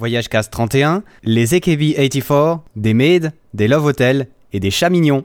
Voyage Cast 31, les AKB84, des maids, des love hotels et des chats mignons.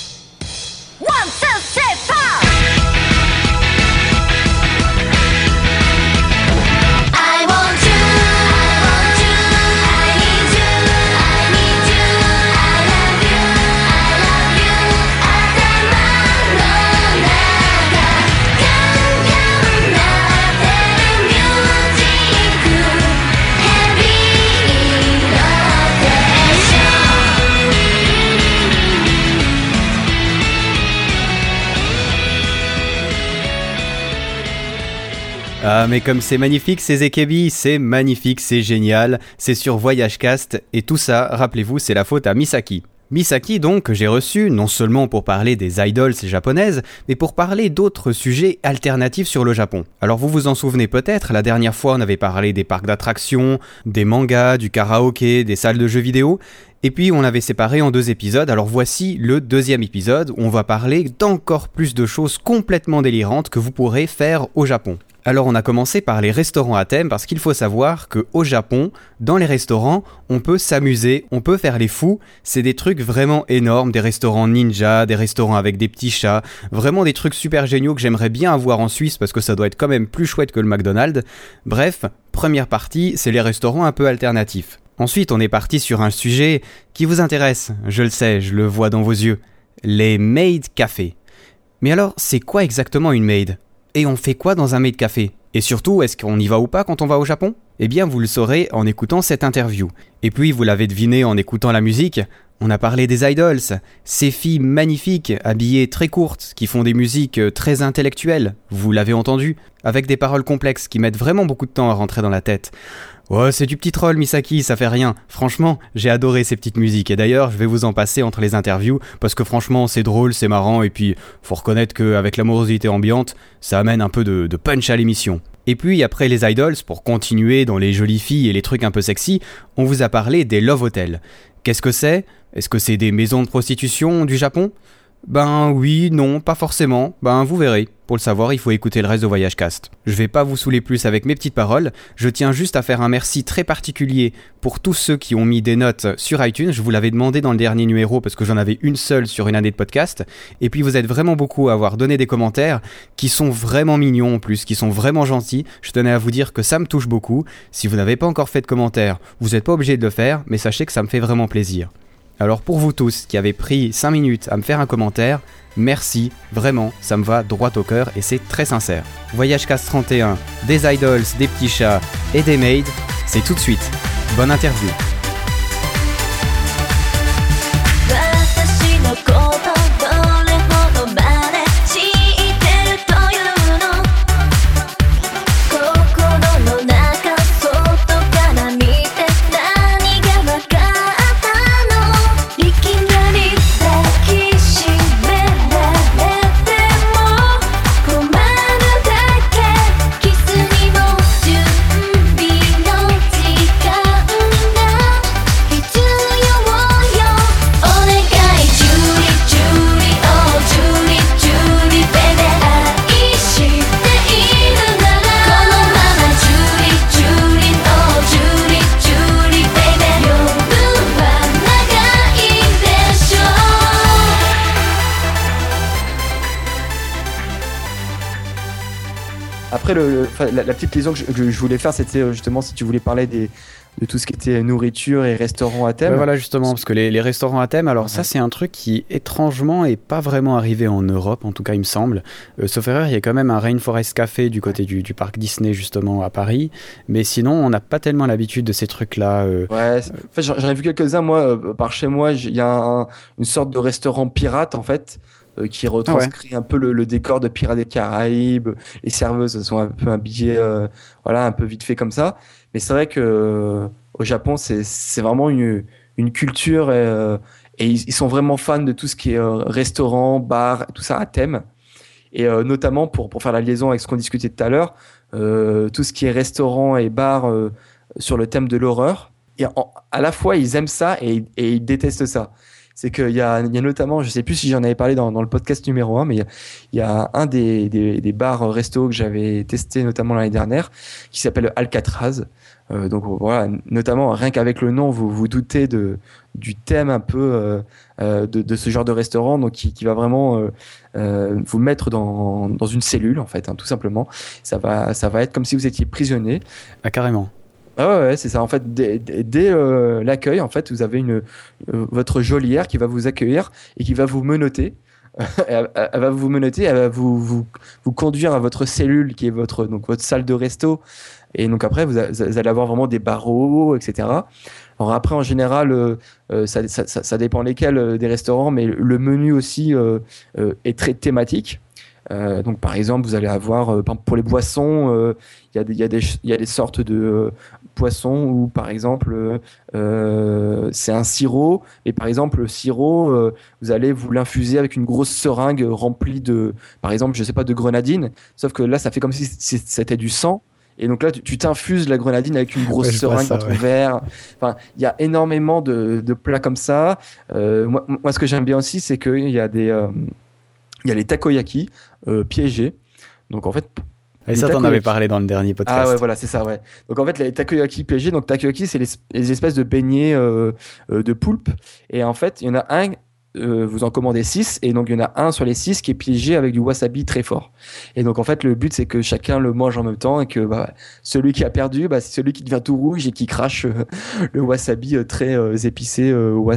Ah mais comme c'est magnifique ces AKB, c'est magnifique, c'est génial, c'est sur Voyage Cast et tout ça, rappelez-vous, c'est la faute à Misaki. Misaki donc que j'ai reçu non seulement pour parler des idols japonaises, mais pour parler d'autres sujets alternatifs sur le Japon. Alors vous vous en souvenez peut-être, la dernière fois on avait parlé des parcs d'attractions, des mangas, du karaoké, des salles de jeux vidéo, et puis on l'avait séparé en 2 épisodes, alors voici le 2e épisode où on va parler d'encore plus de choses complètement délirantes que vous pourrez faire au Japon. Alors on a commencé par les restaurants à thème parce qu'il faut savoir qu'au Japon, dans les restaurants, on peut s'amuser, on peut faire les fous, c'est des trucs vraiment énormes, des restaurants ninja, des restaurants avec des petits chats, vraiment des trucs super géniaux que j'aimerais bien avoir en Suisse parce que ça doit être quand même plus chouette que le McDonald's. Bref, première partie, c'est les restaurants un peu alternatifs. Ensuite, on est parti sur un sujet qui vous intéresse, je le sais, je le vois dans vos yeux, les maid cafés. Mais alors, c'est quoi exactement une maid ? Et on fait quoi dans un maid café ? Et surtout, est-ce qu'on y va ou pas quand on va au Japon ? Eh bien, vous le saurez en écoutant cette interview. Et puis, vous l'avez deviné en écoutant la musique, on a parlé des idols, ces filles magnifiques, habillées très courtes, qui font des musiques très intellectuelles, vous l'avez entendu, avec des paroles complexes qui mettent vraiment beaucoup de temps à rentrer dans la tête. Ouais, c'est du petit troll, Misaki, ça fait rien. Franchement, j'ai adoré ces petites musiques. Et d'ailleurs, je vais vous en passer entre les interviews, parce que franchement, c'est drôle, c'est marrant, et puis, faut reconnaître qu'avec l'amorosité ambiante, ça amène un peu de punch à l'émission. Et puis, après les idols, pour continuer dans les jolies filles et les trucs un peu sexy, on vous a parlé des love hotels. Qu'est-ce que c'est ? Est-ce que c'est des maisons de prostitution du Japon ? Ben oui, non, pas forcément. Ben vous verrez. Pour le savoir, il faut écouter le reste de Voyage Cast. Je vais pas vous saouler plus avec mes petites paroles. Je tiens juste à faire un merci très particulier pour tous ceux qui ont mis des notes sur iTunes. Je vous l'avais demandé dans le dernier numéro parce que j'en avais une seule sur une année de podcast. Et puis vous êtes vraiment beaucoup à avoir donné des commentaires qui sont vraiment mignons en plus, qui sont vraiment gentils. Je tenais à vous dire que ça me touche beaucoup. Si vous n'avez pas encore fait de commentaires, vous n'êtes pas obligé de le faire, mais sachez que ça me fait vraiment plaisir. Alors pour vous tous qui avez pris 5 minutes à me faire un commentaire, merci, vraiment, ça me va droit au cœur et c'est très sincère. Voyage Cast 31, des idols, des petits chats et des maids, c'est tout de suite. Bonne interview. Après, la petite liaison que je voulais faire, c'était justement si tu voulais parler de tout ce qui était nourriture et restaurants à thème. Ouais, voilà, justement, parce que les restaurants à thème, alors ça, c'est un truc qui, étrangement, est pas vraiment arrivé en Europe, en tout cas, il me semble. Sauf erreur, il y a quand même un Rainforest Café du côté du parc Disney, justement, à Paris. Mais sinon, on n'a pas tellement l'habitude de ces trucs-là. Ouais, en fait, j'en ai vu quelques-uns, moi, par chez moi, il y a une sorte de restaurant pirate, en fait, qui retranscrit un peu le décor de Pirates des Caraïbes. Les serveuses sont un peu habillées, voilà, un peu vite fait comme ça. Mais c'est vrai que au Japon, c'est vraiment une culture et ils sont vraiment fans de tout ce qui est restaurant, bar, tout ça à thème. Et notamment pour faire la liaison avec ce qu'on discutait tout à l'heure, tout ce qui est restaurant et bar sur le thème de l'horreur. Et à la fois, ils aiment ça et ils détestent ça. c'est qu'il y a notamment, je sais plus si j'en avais parlé dans le podcast numéro 1, mais il y a un des bars resto que j'avais testé notamment l'année dernière, qui s'appelle Alcatraz. Donc voilà, notamment rien qu'avec le nom, vous vous doutez du thème un peu de ce genre de restaurant, donc qui va vraiment vous mettre dans une cellule en fait, hein, tout simplement. Ça va être comme si vous étiez prisonnier. Ah, carrément. Ah ouais, c'est ça. En fait, dès l'accueil, en fait, vous avez votre geôlière qui va vous accueillir et qui va vous menotter. Elle va vous menotter, elle va vous conduire à votre cellule qui est votre salle de resto. Et donc après, vous allez avoir vraiment des barreaux, etc. Alors après, en général, ça dépend lesquels des restaurants, mais le menu aussi est très thématique. Donc par exemple, vous allez avoir pour les boissons, il y a des sortes de poissons où par exemple c'est un sirop, et par exemple le sirop, vous allez vous l'infuser avec une grosse seringue remplie de, par exemple, je sais pas, de grenadine, sauf que là ça fait comme si c'était du sang. Et donc là, tu t'infuses la grenadine avec une grosse seringue dans ton verre. Enfin, il y a énormément de plats comme ça. Moi, ce que j'aime bien aussi, c'est qu'il y a il y a les takoyaki piégés. Donc en fait, et ça, t'en avais parlé dans le dernier podcast. Ah ouais, voilà, c'est ça, ouais. Donc en fait, les takoyaki piégés, donc takoyaki, c'est les espèces de beignets de poulpe. Et en fait, il y en a un, vous en commandez 6, et donc il y en a un sur les 6 qui est piégé avec du wasabi très fort. Et donc en fait, le but, c'est que chacun le mange en même temps, et que celui qui a perdu, c'est celui qui devient tout rouge et qui crache le wasabi très épicé.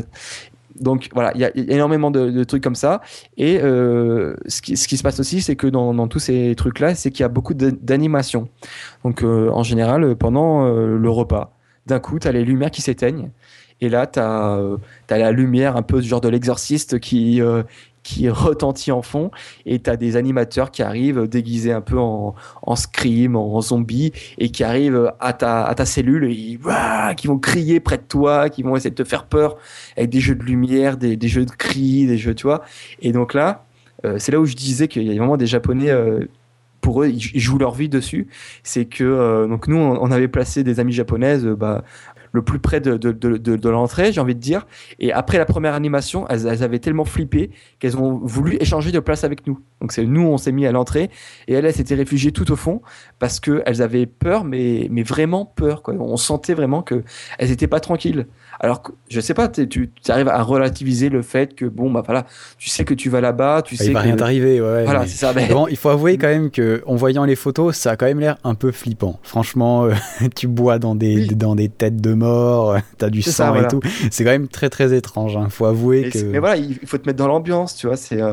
Donc voilà, il y a énormément de trucs comme ça. Et ce qui se passe aussi, c'est que dans tous ces trucs-là, c'est qu'il y a beaucoup d'animation. Donc en général, pendant le repas, d'un coup, tu as les lumières qui s'éteignent. Et là, tu as la lumière un peu du genre de l'exorciste qui retentit en fond, et tu as des animateurs qui arrivent déguisés un peu en scream, en zombie, et qui arrivent à ta cellule et qui vont crier près de toi, qui vont essayer de te faire peur avec des jeux de lumière, des jeux de cris, des jeux, tu vois. Et donc là, c'est là où je disais qu'il y a vraiment des Japonais, pour eux, ils jouent leur vie dessus. C'est que donc nous, on avait placé des amies japonaises le plus près de l'entrée, j'ai envie de dire. Et après la première animation, elles avaient tellement flippé qu'elles ont voulu échanger de place avec nous. Donc nous, on s'est mis à l'entrée, et elles s'étaient réfugiées tout au fond parce qu'elles avaient peur, mais vraiment peur, quoi. On sentait vraiment qu'elles n'étaient pas tranquilles. Alors que, je sais pas, tu arrives à relativiser le fait que, voilà, tu sais que tu vas là-bas, tu sais il va rien t'arriver, ouais. Voilà, c'est ça. Bon, il faut avouer quand même qu'en voyant les photos, ça a quand même l'air un peu flippant. Franchement, tu bois dans des têtes de mort, t'as du sang et tout. C'est quand même très très étrange, hein. Faut avouer que... Mais voilà, il faut te mettre dans l'ambiance, tu vois.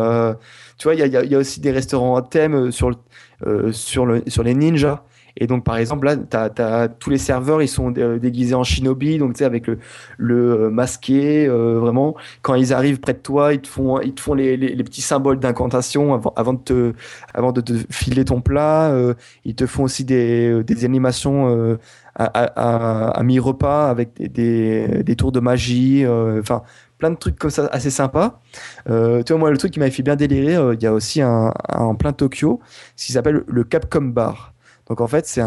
Tu vois, il y a aussi des restaurants à thème sur les ninjas. Et donc, par exemple, là, t'as tous les serveurs, ils sont déguisés en shinobi, donc tu sais, avec le masqué, vraiment. Quand ils arrivent près de toi, ils te font les petits symboles d'incantation avant de te filer ton plat. Ils te font aussi des animations à mi-repas avec des tours de magie, enfin plein de trucs comme ça assez sympas. Tu vois, moi, le truc qui m'avait fait bien délirer, il y a aussi en plein Tokyo, ce qui s'appelle le Capcom Bar. Donc en fait, c'est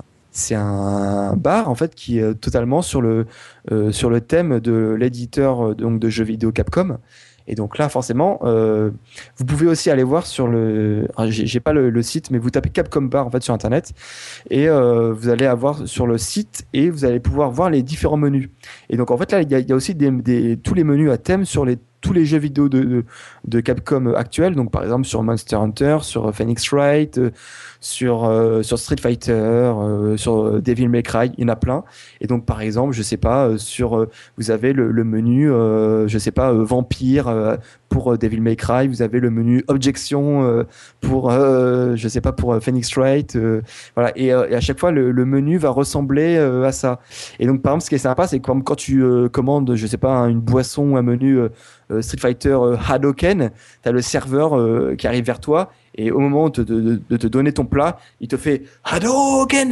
un bar en fait qui est totalement sur le thème de l'éditeur donc de jeux vidéo Capcom. Et donc là, forcément, vous pouvez aussi aller voir sur j'ai pas le site, mais vous tapez Capcom Bar en fait sur internet, et vous allez avoir sur le site, et vous allez pouvoir voir les différents menus. Et donc en fait là, il y a aussi tous les menus à thème sur tous les jeux vidéo de Capcom actuels. Donc par exemple sur Monster Hunter, sur Phoenix Wright, sur Street Fighter, sur Devil May Cry, il y en a plein. Et donc par exemple, je sais pas, vous avez le menu, je sais pas, Vampire pour Devil May Cry, vous avez le menu Objection pour je sais pas, pour Phoenix Wright, voilà. Et à chaque fois le menu va ressembler à ça. Et donc par exemple, ce qui est sympa, c'est comme quand tu commandes, je sais pas, une boisson ou un menu Street Fighter Hadoken, t'as le serveur qui arrive vers toi, et au moment de te donner ton plat, il te fait Hadoken.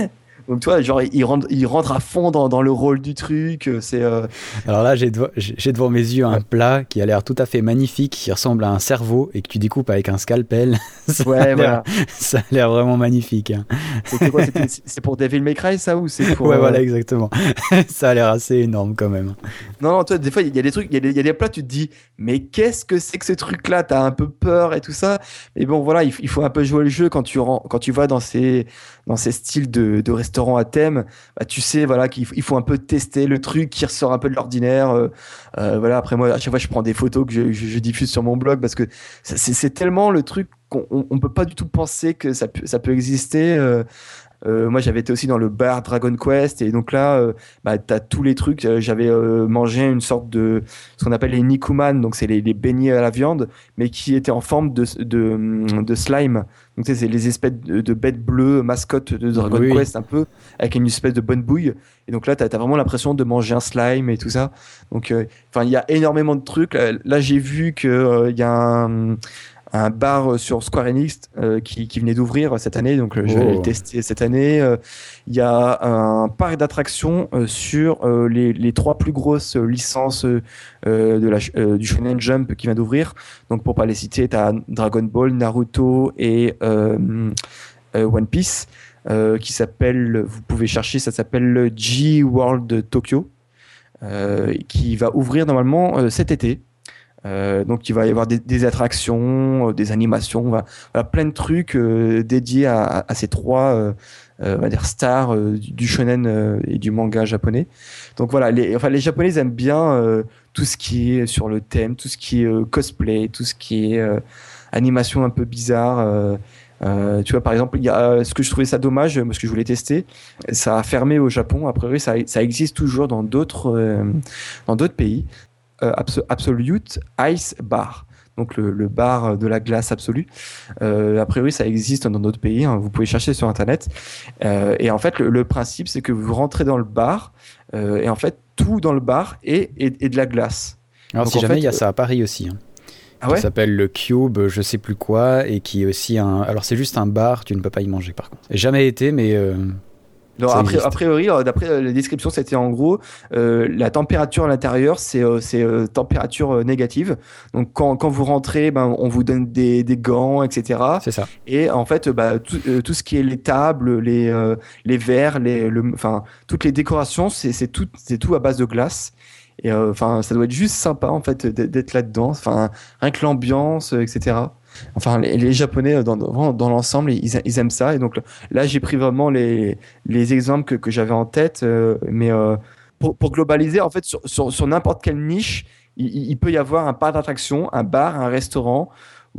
Donc, tu vois, genre, il rentre à fond dans le rôle du truc. Alors là, j'ai devant mes yeux un plat qui a l'air tout à fait magnifique, qui ressemble à un cerveau et que tu découpes avec un scalpel. Ouais, voilà. Ça a l'air vraiment magnifique. Hein. C'était quoi? C'est pour Devil May Cry, ça, ou c'est pour... Ouais, voilà, exactement. Ça a l'air assez énorme quand même. Non, toi, des fois, il y a des trucs, il y a des plats, tu te dis, mais qu'est-ce que c'est que ce truc-là? T'as un peu peur et tout ça. Mais bon, voilà, il faut un peu jouer le jeu quand tu vas dans ces styles de restaurants à thème. Bah, tu sais, voilà, qu'il faut un peu tester le truc qui ressort un peu de l'ordinaire. Voilà, après, moi, à chaque fois, je prends des photos que je diffuse sur mon blog parce que c'est tellement le truc qu'on peut pas du tout penser que ça peut exister. Moi, j'avais été aussi dans le bar Dragon Quest et donc là, bah, t'as tous les trucs. J'avais mangé une sorte de ce qu'on appelle les nikuman, donc c'est les beignets à la viande, mais qui étaient en forme de slime. Donc tu sais, c'est les espèces de bêtes bleues mascottes de Dragon Quest un peu, avec une espèce de bonne bouille. Et donc là, t'as vraiment l'impression de manger un slime et tout ça. Donc, enfin, il y a énormément de trucs. Là, j'ai vu que il y a un bar sur Square Enix qui venait d'ouvrir cette année, donc je vais le tester cette année. Il y a un parc d'attractions sur les trois plus grosses licences du Shonen Jump qui vient d'ouvrir. Donc pour pas les citer, tu as Dragon Ball, Naruto et One Piece qui s'appelle, vous pouvez chercher, ça s'appelle le G-World Tokyo qui va ouvrir normalement cet été. Donc il va y avoir des attractions, des animations, voilà, plein de trucs dédiés à ces trois on va dire stars du shonen et du manga japonais. Donc voilà, les Japonais aiment bien tout ce qui est sur le thème, tout ce qui est cosplay, tout ce qui est animation un peu bizarre. Tu vois, par exemple, il y a ce que je trouvais ça dommage, parce que je voulais tester, ça a fermé au Japon. A priori, ça existe toujours dans d'autres pays. Absolute Ice Bar, donc le bar de la glace absolue. A priori, ça existe dans d'autres pays, hein, vous pouvez chercher sur Internet. Et en fait, le principe, c'est que vous rentrez dans le bar, et en fait, tout dans le bar est de la glace. Alors, donc, si jamais, il y a ça à Paris aussi. Hein. Ah ouais, qui s'appelle le Cube, je sais plus quoi, et qui est aussi un... Alors, c'est juste un bar, tu ne peux pas y manger, par contre. J'ai jamais été, mais... Alors, a priori, d'après la description, c'était en gros la température à l'intérieur, c'est température négative. Donc quand vous rentrez, ben on vous donne des gants, etc. C'est ça. Et en fait, bah, tout ce qui est les tables, les verres, enfin toutes les décorations, c'est tout à base de glace. Et enfin, ça doit être juste sympa en fait d'être là-dedans. Enfin, rien que l'ambiance, etc. Enfin, les Japonais, dans l'ensemble, ils aiment ça. Et donc là, j'ai pris vraiment les exemples que j'avais en tête. Mais pour globaliser, en fait, sur n'importe quelle niche, il peut y avoir un parc d'attraction, un bar, un restaurant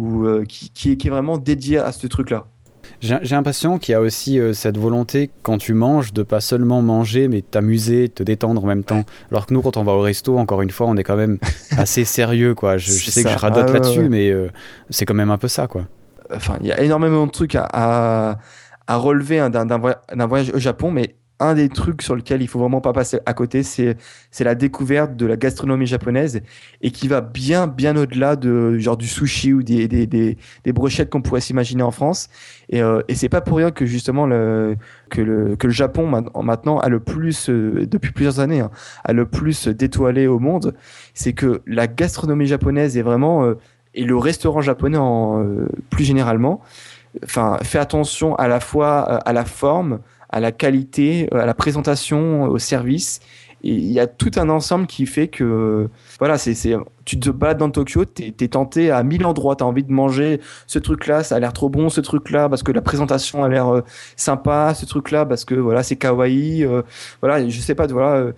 qui est vraiment dédié à ce truc-là. J'ai l'impression qu'il y a aussi cette volonté, quand tu manges, de pas seulement manger, mais t'amuser, te détendre en même temps. Alors que nous, quand on va au resto, encore une fois, on est quand même assez sérieux, quoi. Je sais que je radote là-dessus, mais c'est quand même un peu ça, quoi. Enfin, il y a énormément de trucs à relever d'un voyage au Japon, mais un des trucs sur lequel il faut vraiment pas passer à côté, c'est la découverte de la gastronomie japonaise et qui va bien au-delà de genre du sushi ou des brochettes qu'on pourrait s'imaginer en France. Et c'est pas pour rien que justement que le Japon maintenant a le plus depuis plusieurs années a le plus d'étoilés au monde. C'est que la gastronomie japonaise est vraiment et le restaurant japonais plus généralement. Enfin, fait attention à la fois à la forme, à la qualité, à la présentation, au service. Et il y a tout un ensemble qui fait que, voilà, tu te balades dans Tokyo, t'es tenté à 1000 endroits, t'as envie de manger ce truc-là, ça a l'air trop bon, ce truc-là, parce que la présentation a l'air sympa, ce truc-là, parce que, voilà, c'est kawaii, voilà, je sais pas, voilà,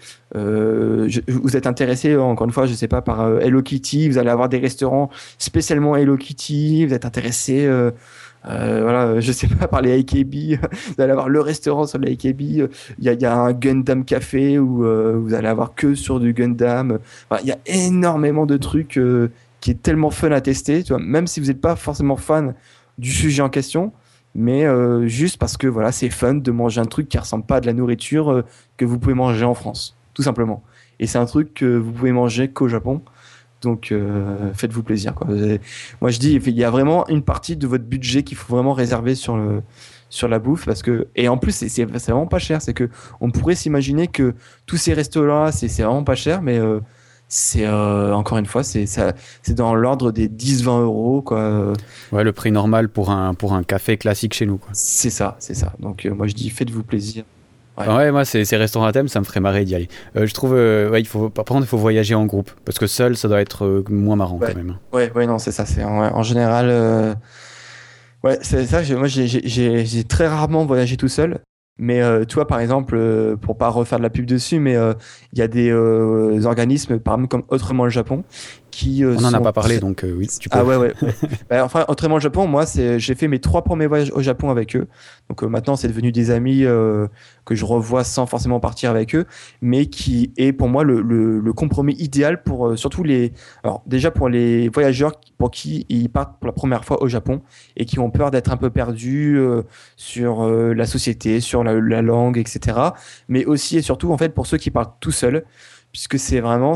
vous êtes intéressé, encore une fois, je sais pas, par Hello Kitty, vous allez avoir des restaurants spécialement Hello Kitty, vous êtes intéressé, voilà, je sais pas, par les AKB, vous allez avoir le restaurant sur les AKB, il y a un Gundam Café où vous allez avoir que sur du Gundam. Enfin, il y a énormément de trucs qui est tellement fun à tester, tu vois, même si vous n'êtes pas forcément fan du sujet en question, mais juste parce que voilà, c'est fun de manger un truc qui ressemble pas à de la nourriture que vous pouvez manger en France, tout simplement. Et c'est un truc que vous pouvez manger qu'au Japon. Donc faites-vous plaisir, quoi. Moi je dis, il y a vraiment une partie de votre budget qu'il faut vraiment réserver sur sur la bouffe et en plus c'est vraiment pas cher. C'est que on pourrait s'imaginer que tous ces restos là c'est vraiment pas cher, mais c'est encore une fois c'est dans l'ordre des 10-20 euros quoi. Ouais, le prix normal pour un café classique chez nous quoi. C'est ça. Donc moi je dis faites-vous plaisir. Ouais, moi ces restaurants à thème ça me ferait marrer d'y aller. Je trouve par contre il faut voyager en groupe parce que seul ça doit être moins marrant quand même. Ouais non c'est ça, c'est en général ouais c'est ça. Moi j'ai très rarement voyagé tout seul. Mais tu vois, par exemple, pour pas refaire de la pub dessus, mais il y a des organismes, par exemple comme Autrement le Japon, qui on n'en a pas parlé, donc oui, tu peux. Ah ouais. Bah, enfin, Autrement le Japon, moi, j'ai fait mes 3 premiers voyages au Japon avec eux. Donc maintenant, c'est devenu des amis que je revois sans forcément partir avec eux, mais qui est pour moi le compromis idéal pour surtout alors déjà pour les voyageurs pour qui ils partent pour la première fois au Japon et qui ont peur d'être un peu perdus sur la société, sur la langue, etc. Mais aussi et surtout en fait pour ceux qui partent tout seuls, puisque c'est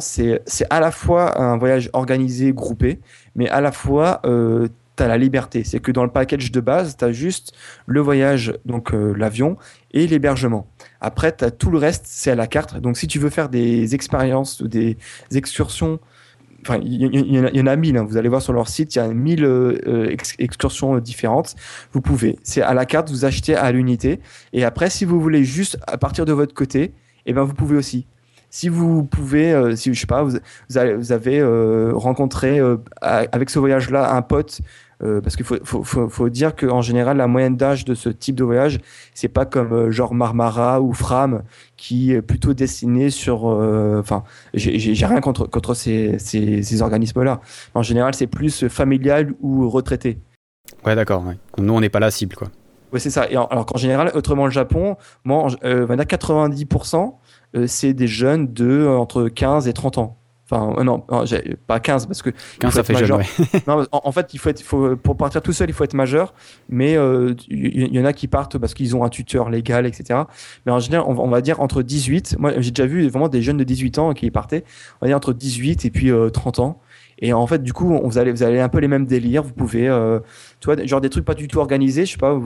à la fois un voyage organisé, groupé, mais à la fois t'as la liberté. C'est que dans le package de base, t'as juste le voyage, donc l'avion, et l'hébergement. Après, t'as tout le reste, c'est à la carte. Donc si tu veux faire des expériences ou des excursions, enfin, il y en a 1000, hein. Vous allez voir sur leur site, il y a 1000 excursions différentes. Vous pouvez. C'est à la carte, vous achetez à l'unité. Et après, si vous voulez juste à partir de votre côté, eh ben, vous pouvez aussi. Si vous pouvez, si je sais pas, vous avez rencontré avec ce voyage-là un pote, parce qu'il faut dire qu'en général la moyenne d'âge de ce type de voyage, c'est pas comme genre Marmara ou Fram qui est plutôt destiné sur, enfin, j'ai rien contre ces organismes-là. En général, c'est plus familial ou retraité. Ouais, d'accord. Ouais. Nous, on n'est pas la cible, quoi. Ouais, c'est ça. Alors qu'en général, Autrement le Japon, moi, on va dire 90%. C'est des jeunes de entre 15 et 30 ans. Enfin, non, pas 15 parce que 15 ça fait majeur. jeune, ouais. Non, en fait, pour partir tout seul, il faut être majeur. Mais il y en a qui partent parce qu'ils ont un tuteur légal, etc. Mais en général, on va dire entre 18. Moi, j'ai déjà vu vraiment des jeunes de 18 ans qui partaient. On va dire entre 18 et puis 30 ans. Et en fait, du coup, vous allez un peu les mêmes délires. Vous pouvez, tu vois, genre des trucs pas du tout organisés. Je sais pas,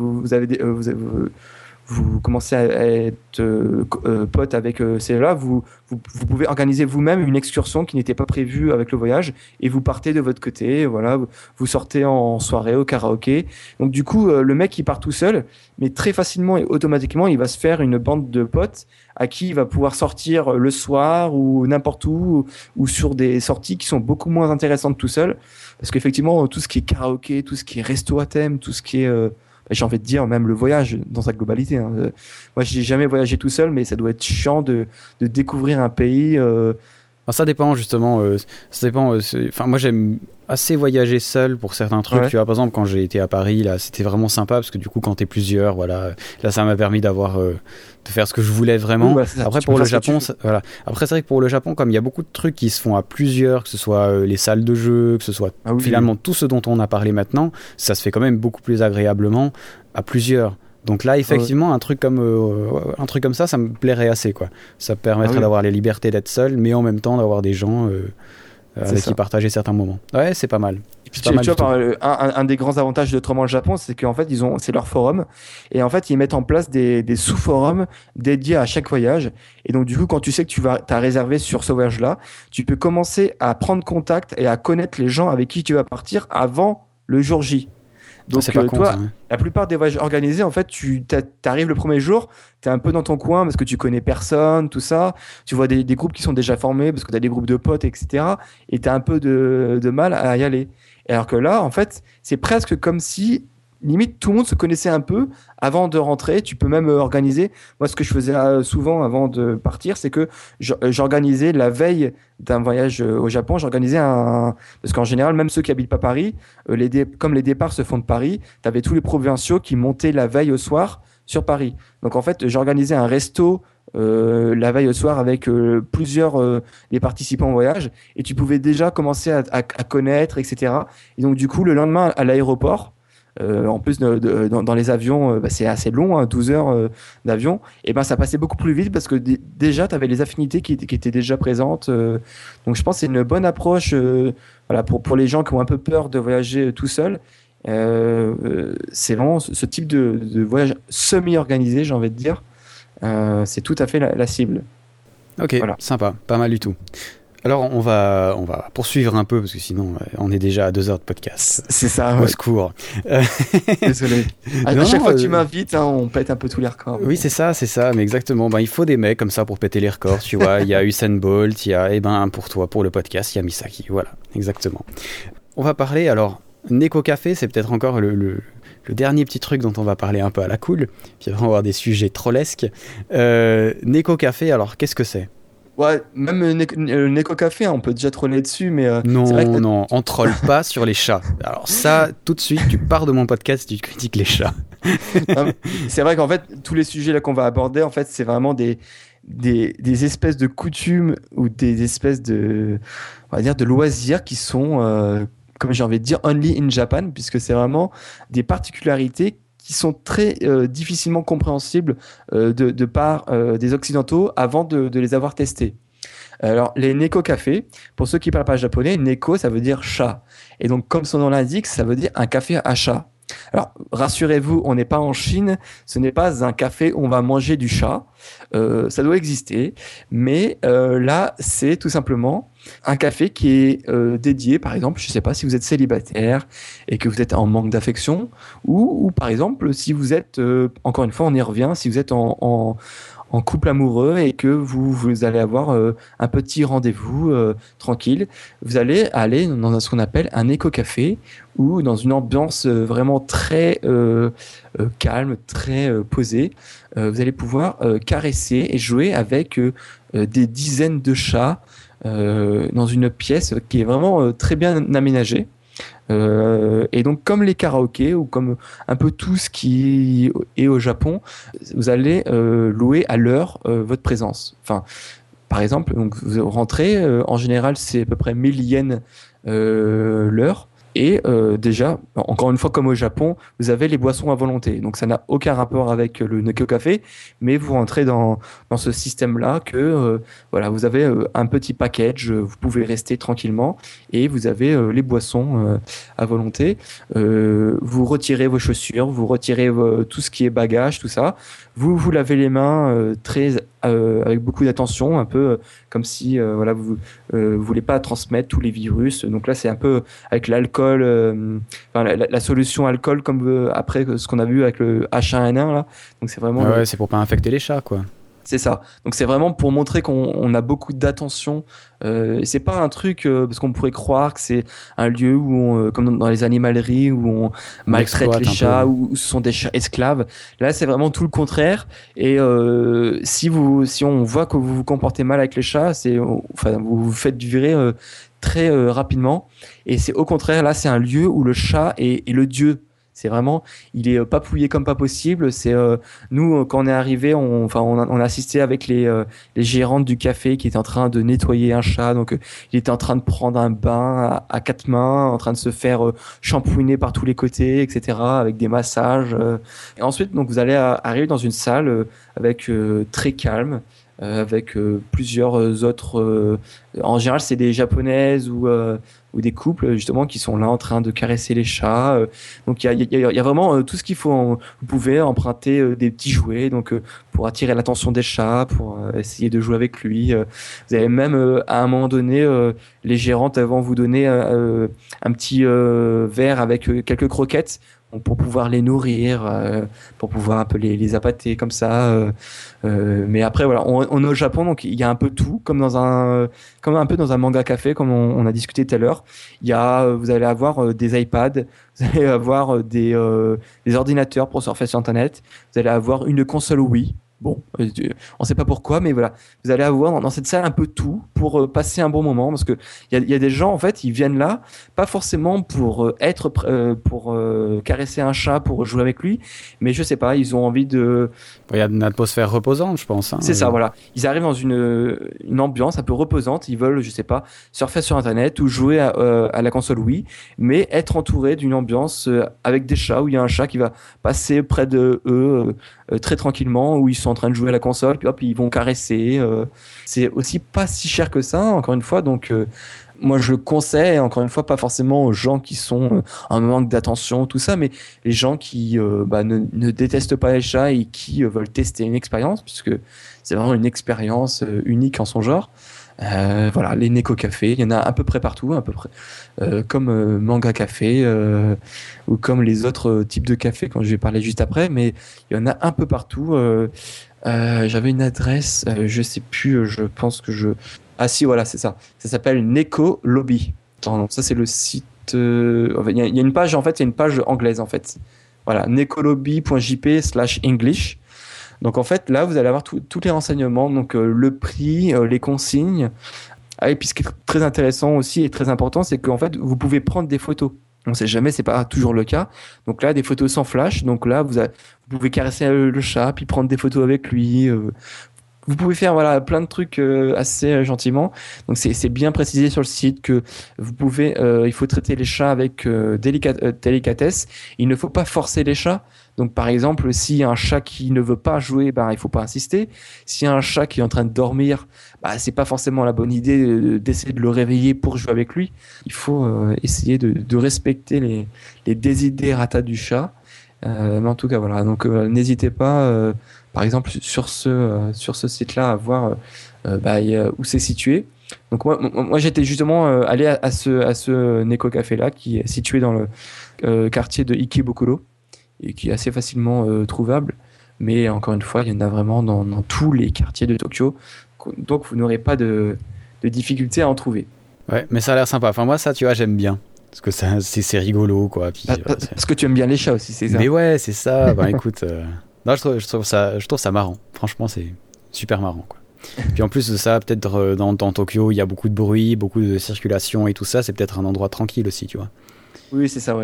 vous commencez à être pote avec celle-là, vous pouvez organiser vous-même une excursion qui n'était pas prévue avec le voyage et vous partez de votre côté, voilà, vous sortez en soirée au karaoké. Donc du coup, le mec il part tout seul, mais très facilement et automatiquement, il va se faire une bande de potes à qui il va pouvoir sortir le soir ou n'importe où ou sur des sorties qui sont beaucoup moins intéressantes tout seul, parce qu'effectivement, tout ce qui est karaoké, tout ce qui est resto à thème, tout ce qui est j'ai envie de dire même le voyage dans sa globalité. Hein. Moi, j'ai jamais voyagé tout seul, mais ça doit être chiant de découvrir un pays. Ça dépend justement. Ça dépend. Enfin, moi, j'aime assez voyager seul pour certains trucs. Ouais. Tu vois, par exemple, quand j'ai été à Paris, là, c'était vraiment sympa parce que du coup, quand t'es plusieurs, voilà, là, ça m'a permis de faire ce que je voulais vraiment. Oui, bah, Après, pour le Japon, voilà. Après, c'est vrai que pour le Japon, comme il y a beaucoup de trucs qui se font à plusieurs, que ce soit les salles de jeu, que ce soit finalement tout ce dont on a parlé maintenant, ça se fait quand même beaucoup plus agréablement à plusieurs. Donc là, effectivement, un truc comme ça me plairait assez, quoi. Ça permettrait d'avoir les libertés d'être seul, mais en même temps d'avoir des gens avec qui partager certains moments. Ouais, c'est pas mal. Et puis tu vois, un des grands avantages d'Autrement le Japon, c'est qu'en fait, c'est leur forum. Et en fait, ils mettent en place des sous-forums dédiés à chaque voyage. Et donc, du coup, quand tu sais que t'as réservé sur ce voyage-là, tu peux commencer à prendre contact et à connaître les gens avec qui tu vas partir avant le jour J. Donc, toi, la plupart des voyages organisés, en fait, t'arrives le premier jour, t'es un peu dans ton coin parce que tu connais personne, tout ça. Tu vois des groupes qui sont déjà formés parce que t'as des groupes de potes, etc. Et t'as un peu de mal à y aller. Et alors que là, en fait, c'est presque comme si limite tout le monde se connaissait un peu avant de rentrer. Tu peux même organiser. Moi, ce que je faisais souvent avant de partir, c'est que j'organisais la veille d'un voyage au Japon. J'organisais parce qu'en général, même ceux qui habitent pas Paris, comme les départs se font de Paris, tu avais tous les provinciaux qui montaient la veille au soir sur Paris. Donc en fait, j'organisais un resto la veille au soir avec plusieurs des participants au voyage, et tu pouvais déjà commencer à connaître, etc. Et donc du coup, le lendemain à l'aéroport, en plus dans les avions, c'est assez long, hein, 12 heures d'avion, et ben ça passait beaucoup plus vite parce que déjà tu avais les affinités qui étaient déjà présentes. Donc je pense que c'est une bonne approche voilà, pour les gens qui ont un peu peur de voyager tout seul. C'est vraiment ce type de voyage semi-organisé, j'ai envie de dire. C'est tout à fait la cible. Ok, voilà. Sympa, pas mal du tout. Alors on va poursuivre un peu parce que sinon on est déjà à 2 heures de podcast. C'est ça. Au secours. Désolé. À chaque fois que tu m'invites, on pète un peu tous les records. Oui, c'est ça, mais exactement. Il faut des mecs comme ça pour péter les records, tu vois. Il y a Usain Bolt, il y a, pour toi, pour le podcast, il y a Misaki. Voilà, exactement. On va parler, alors, Neko Café, c'est peut-être encore le dernier petit truc dont on va parler un peu à la cool. Puis on va avoir des sujets trollesques. Neko Café, alors, qu'est-ce que c'est ? Ouais, même Neko Café, on peut déjà troller dessus, mais... Non, on trolle pas sur les chats. Alors ça, tout de suite, tu pars de mon podcast et tu critiques les chats. C'est vrai qu'en fait, tous les sujets là qu'on va aborder, en fait, c'est vraiment des espèces de coutumes ou des espèces de, on va dire, de loisirs qui sont, comme j'ai envie de dire, only in Japan, puisque c'est vraiment des particularités qui sont très difficilement compréhensibles de part des Occidentaux avant de les avoir testés. Alors, les Neko Café, pour ceux qui ne parlent pas japonais, Neko, ça veut dire chat. Et donc, comme son nom l'indique, ça veut dire un café à chat. Alors, rassurez-vous, on n'est pas en Chine, ce n'est pas un café où on va manger du chat. Ça doit exister, mais là, c'est tout simplement un café qui est dédié, par exemple, je ne sais pas si vous êtes célibataire et que vous êtes en manque d'affection, ou par exemple, si vous êtes, encore une fois, on y revient, si vous êtes en couple amoureux et que vous allez avoir un petit rendez-vous tranquille, vous allez aller dans ce qu'on appelle un éco-café ou dans une ambiance vraiment très calme, très posée. Vous allez pouvoir caresser et jouer avec des dizaines de chats dans une pièce qui est vraiment très bien aménagée. Et donc, comme les karaokés ou comme un peu tout ce qui est au Japon, vous allez louer à l'heure votre présence. Enfin, par exemple, donc vous rentrez, en général, c'est à peu près 1000 yens l'heure. Et déjà, encore une fois, comme au Japon, vous avez les boissons à volonté. Donc ça n'a aucun rapport avec le Neko Café, mais vous rentrez dans ce système-là que voilà, vous avez un petit package, vous pouvez rester tranquillement et vous avez les boissons à volonté. Vous retirez vos chaussures, vous retirez tout ce qui est bagage, tout ça. Vous lavez les mains avec beaucoup d'attention, un peu comme si voilà, vous voulez pas transmettre tous les virus. Donc là, c'est un peu avec l'alcool, la solution alcool, comme après ce qu'on a vu avec le H1N1 là. Donc c'est vraiment. Ouais, c'est pour pas infecter les chats, quoi. C'est ça. Donc c'est vraiment pour montrer qu'on a beaucoup d'attention. C'est pas un truc parce qu'on pourrait croire que c'est un lieu où, comme dans les animaleries, où on maltraite les chats, où ce sont des chats esclaves. Là, c'est vraiment tout le contraire. Et si on voit que vous vous comportez mal avec les chats, vous vous faites virer très rapidement. Et c'est au contraire, là, c'est un lieu où le chat est le dieu. C'est vraiment, il est papouillé comme pas possible. C'est nous quand on est arrivé, on a assisté avec les gérantes du café qui étaient en train de nettoyer un chat. Donc il était en train de prendre un bain à 4 mains, en train de se faire shampouiner par tous les côtés, etc. Avec des massages. Et ensuite, donc vous allez arriver dans une salle avec très calme. Avec plusieurs autres. En général, c'est des japonaises ou des couples justement qui sont là en train de caresser les chats. Donc il y a vraiment tout ce qu'il faut. Vous pouvez emprunter des petits jouets donc pour attirer l'attention des chats, pour essayer de jouer avec lui. Vous avez même à un moment donné les gérantes vont vous donner un petit verre avec quelques croquettes. Pour pouvoir les nourrir, pour pouvoir un peu les appâter comme ça. Mais après, voilà, on est au Japon, donc il y a un peu tout, comme un peu dans un manga café, comme on a discuté tout à l'heure. Vous allez avoir des iPads, vous allez avoir des ordinateurs pour surfer sur Internet, vous allez avoir une console Wii. Bon, on ne sait pas pourquoi, mais voilà, vous allez avoir dans cette salle un peu tout pour passer un bon moment, parce que il y a des gens en fait, ils viennent là pas forcément pour caresser un chat, pour jouer avec lui, mais je sais pas, ils ont envie de. Il y a une atmosphère reposante, je pense. Hein, c'est ça, voilà. Ils arrivent dans une ambiance un peu reposante. Ils veulent, je sais pas, surfer sur Internet ou jouer à la console Wii, mais être entouré d'une ambiance avec des chats où il y a un chat qui va passer près de eux très tranquillement, où ils sont sont en train de jouer à la console, puis hop, ils vont caresser. C'est aussi pas si cher que ça, encore une fois. Donc, moi, je le conseille, encore une fois, pas forcément aux gens qui sont en manque d'attention, tout ça, mais les gens qui ne détestent pas les chats et qui veulent tester une expérience, puisque c'est vraiment une expérience unique en son genre. Voilà, les Neko Café, il y en a à peu près partout, à peu près, comme Manga Café ou comme les autres types de cafés, quand je vais parler juste après, mais il y en a un peu partout. J'avais une adresse, je sais plus, je pense que Ah si, voilà, c'est ça. Ça s'appelle Neko Lobby. Donc ça, c'est le site... Il y a une page, en fait, il y a une page anglaise, en fait. Voilà, nekolobby.jp/English. Donc en fait, là, vous allez avoir tous les renseignements, donc le prix, les consignes. Et puis ce qui est très intéressant aussi et très important, c'est qu'en fait, vous pouvez prendre des photos. On ne sait jamais, c'est pas toujours le cas. Donc là, des photos sans flash. Donc là, vous pouvez caresser le chat, puis prendre des photos avec lui. Vous pouvez faire plein de trucs assez gentiment. Donc c'est bien précisé sur le site que vous pouvez, il faut traiter les chats avec délicatesse. Il ne faut pas forcer les chats. Donc par exemple, s'il y a un chat qui ne veut pas jouer, il faut pas insister. S'il y a un chat qui est en train de dormir, c'est pas forcément la bonne idée d'essayer de le réveiller pour jouer avec lui. Il faut essayer de respecter les desiderata du chat. Mais en tout cas voilà. Donc n'hésitez pas. Par exemple, sur ce site-là, à voir où c'est situé. Donc moi j'étais justement allé à ce Neko Café-là, qui est situé dans le quartier de Ikebukuro, et qui est assez facilement trouvable. Mais encore une fois, il y en a vraiment dans tous les quartiers de Tokyo. Donc vous n'aurez pas de difficulté à en trouver. Ouais, mais ça a l'air sympa. Enfin, moi, ça, tu vois, j'aime bien. Parce que c'est rigolo, quoi. Puis, parce que tu aimes bien les chats aussi, c'est ça. Mais ouais, c'est ça. Écoute... Non, je trouve ça marrant. Franchement, c'est super marrant, quoi. Puis en plus de ça, peut-être dans Tokyo, il y a beaucoup de bruit, beaucoup de circulation et tout ça. C'est peut-être un endroit tranquille aussi, tu vois. Oui, c'est ça, ouais.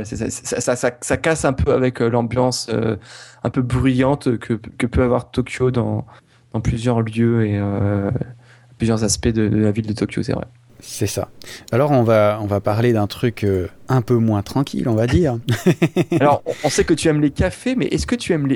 Ça casse un peu avec l'ambiance un peu bruyante que peut avoir Tokyo dans plusieurs lieux et plusieurs aspects de la ville de Tokyo, c'est vrai. C'est ça. Alors on va parler d'un truc un peu moins tranquille, on va dire. Alors on sait que tu aimes les cafés, mais est-ce que tu aimes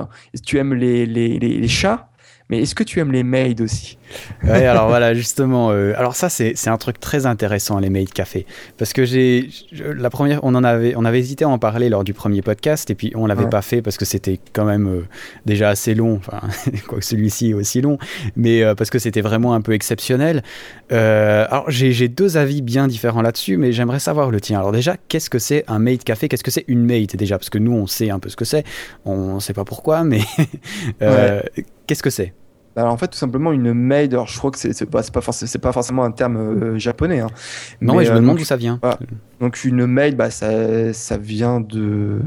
les chats? Mais est-ce que tu aimes les maids aussi? Ouais, alors voilà, justement. Alors ça, c'est un truc très intéressant, les maids café. Parce que on avait hésité à en parler lors du premier podcast, et puis on l'avait pas fait parce que c'était quand même déjà assez long. Enfin, quoique celui-ci est aussi long, mais parce que c'était vraiment un peu exceptionnel. Alors j'ai deux avis bien différents là-dessus, mais j'aimerais savoir le tien. Alors déjà, qu'est-ce que c'est un maid café? Qu'est-ce que c'est une maid déjà? Parce que nous, on sait un peu ce que c'est. On sait pas pourquoi, mais qu'est-ce que c'est? Alors en fait, tout simplement une maid. Alors je crois que c'est pas forcément un terme japonais. Hein. Non, mais je me demande d'où ça vient. Voilà. Donc une maid, ça vient de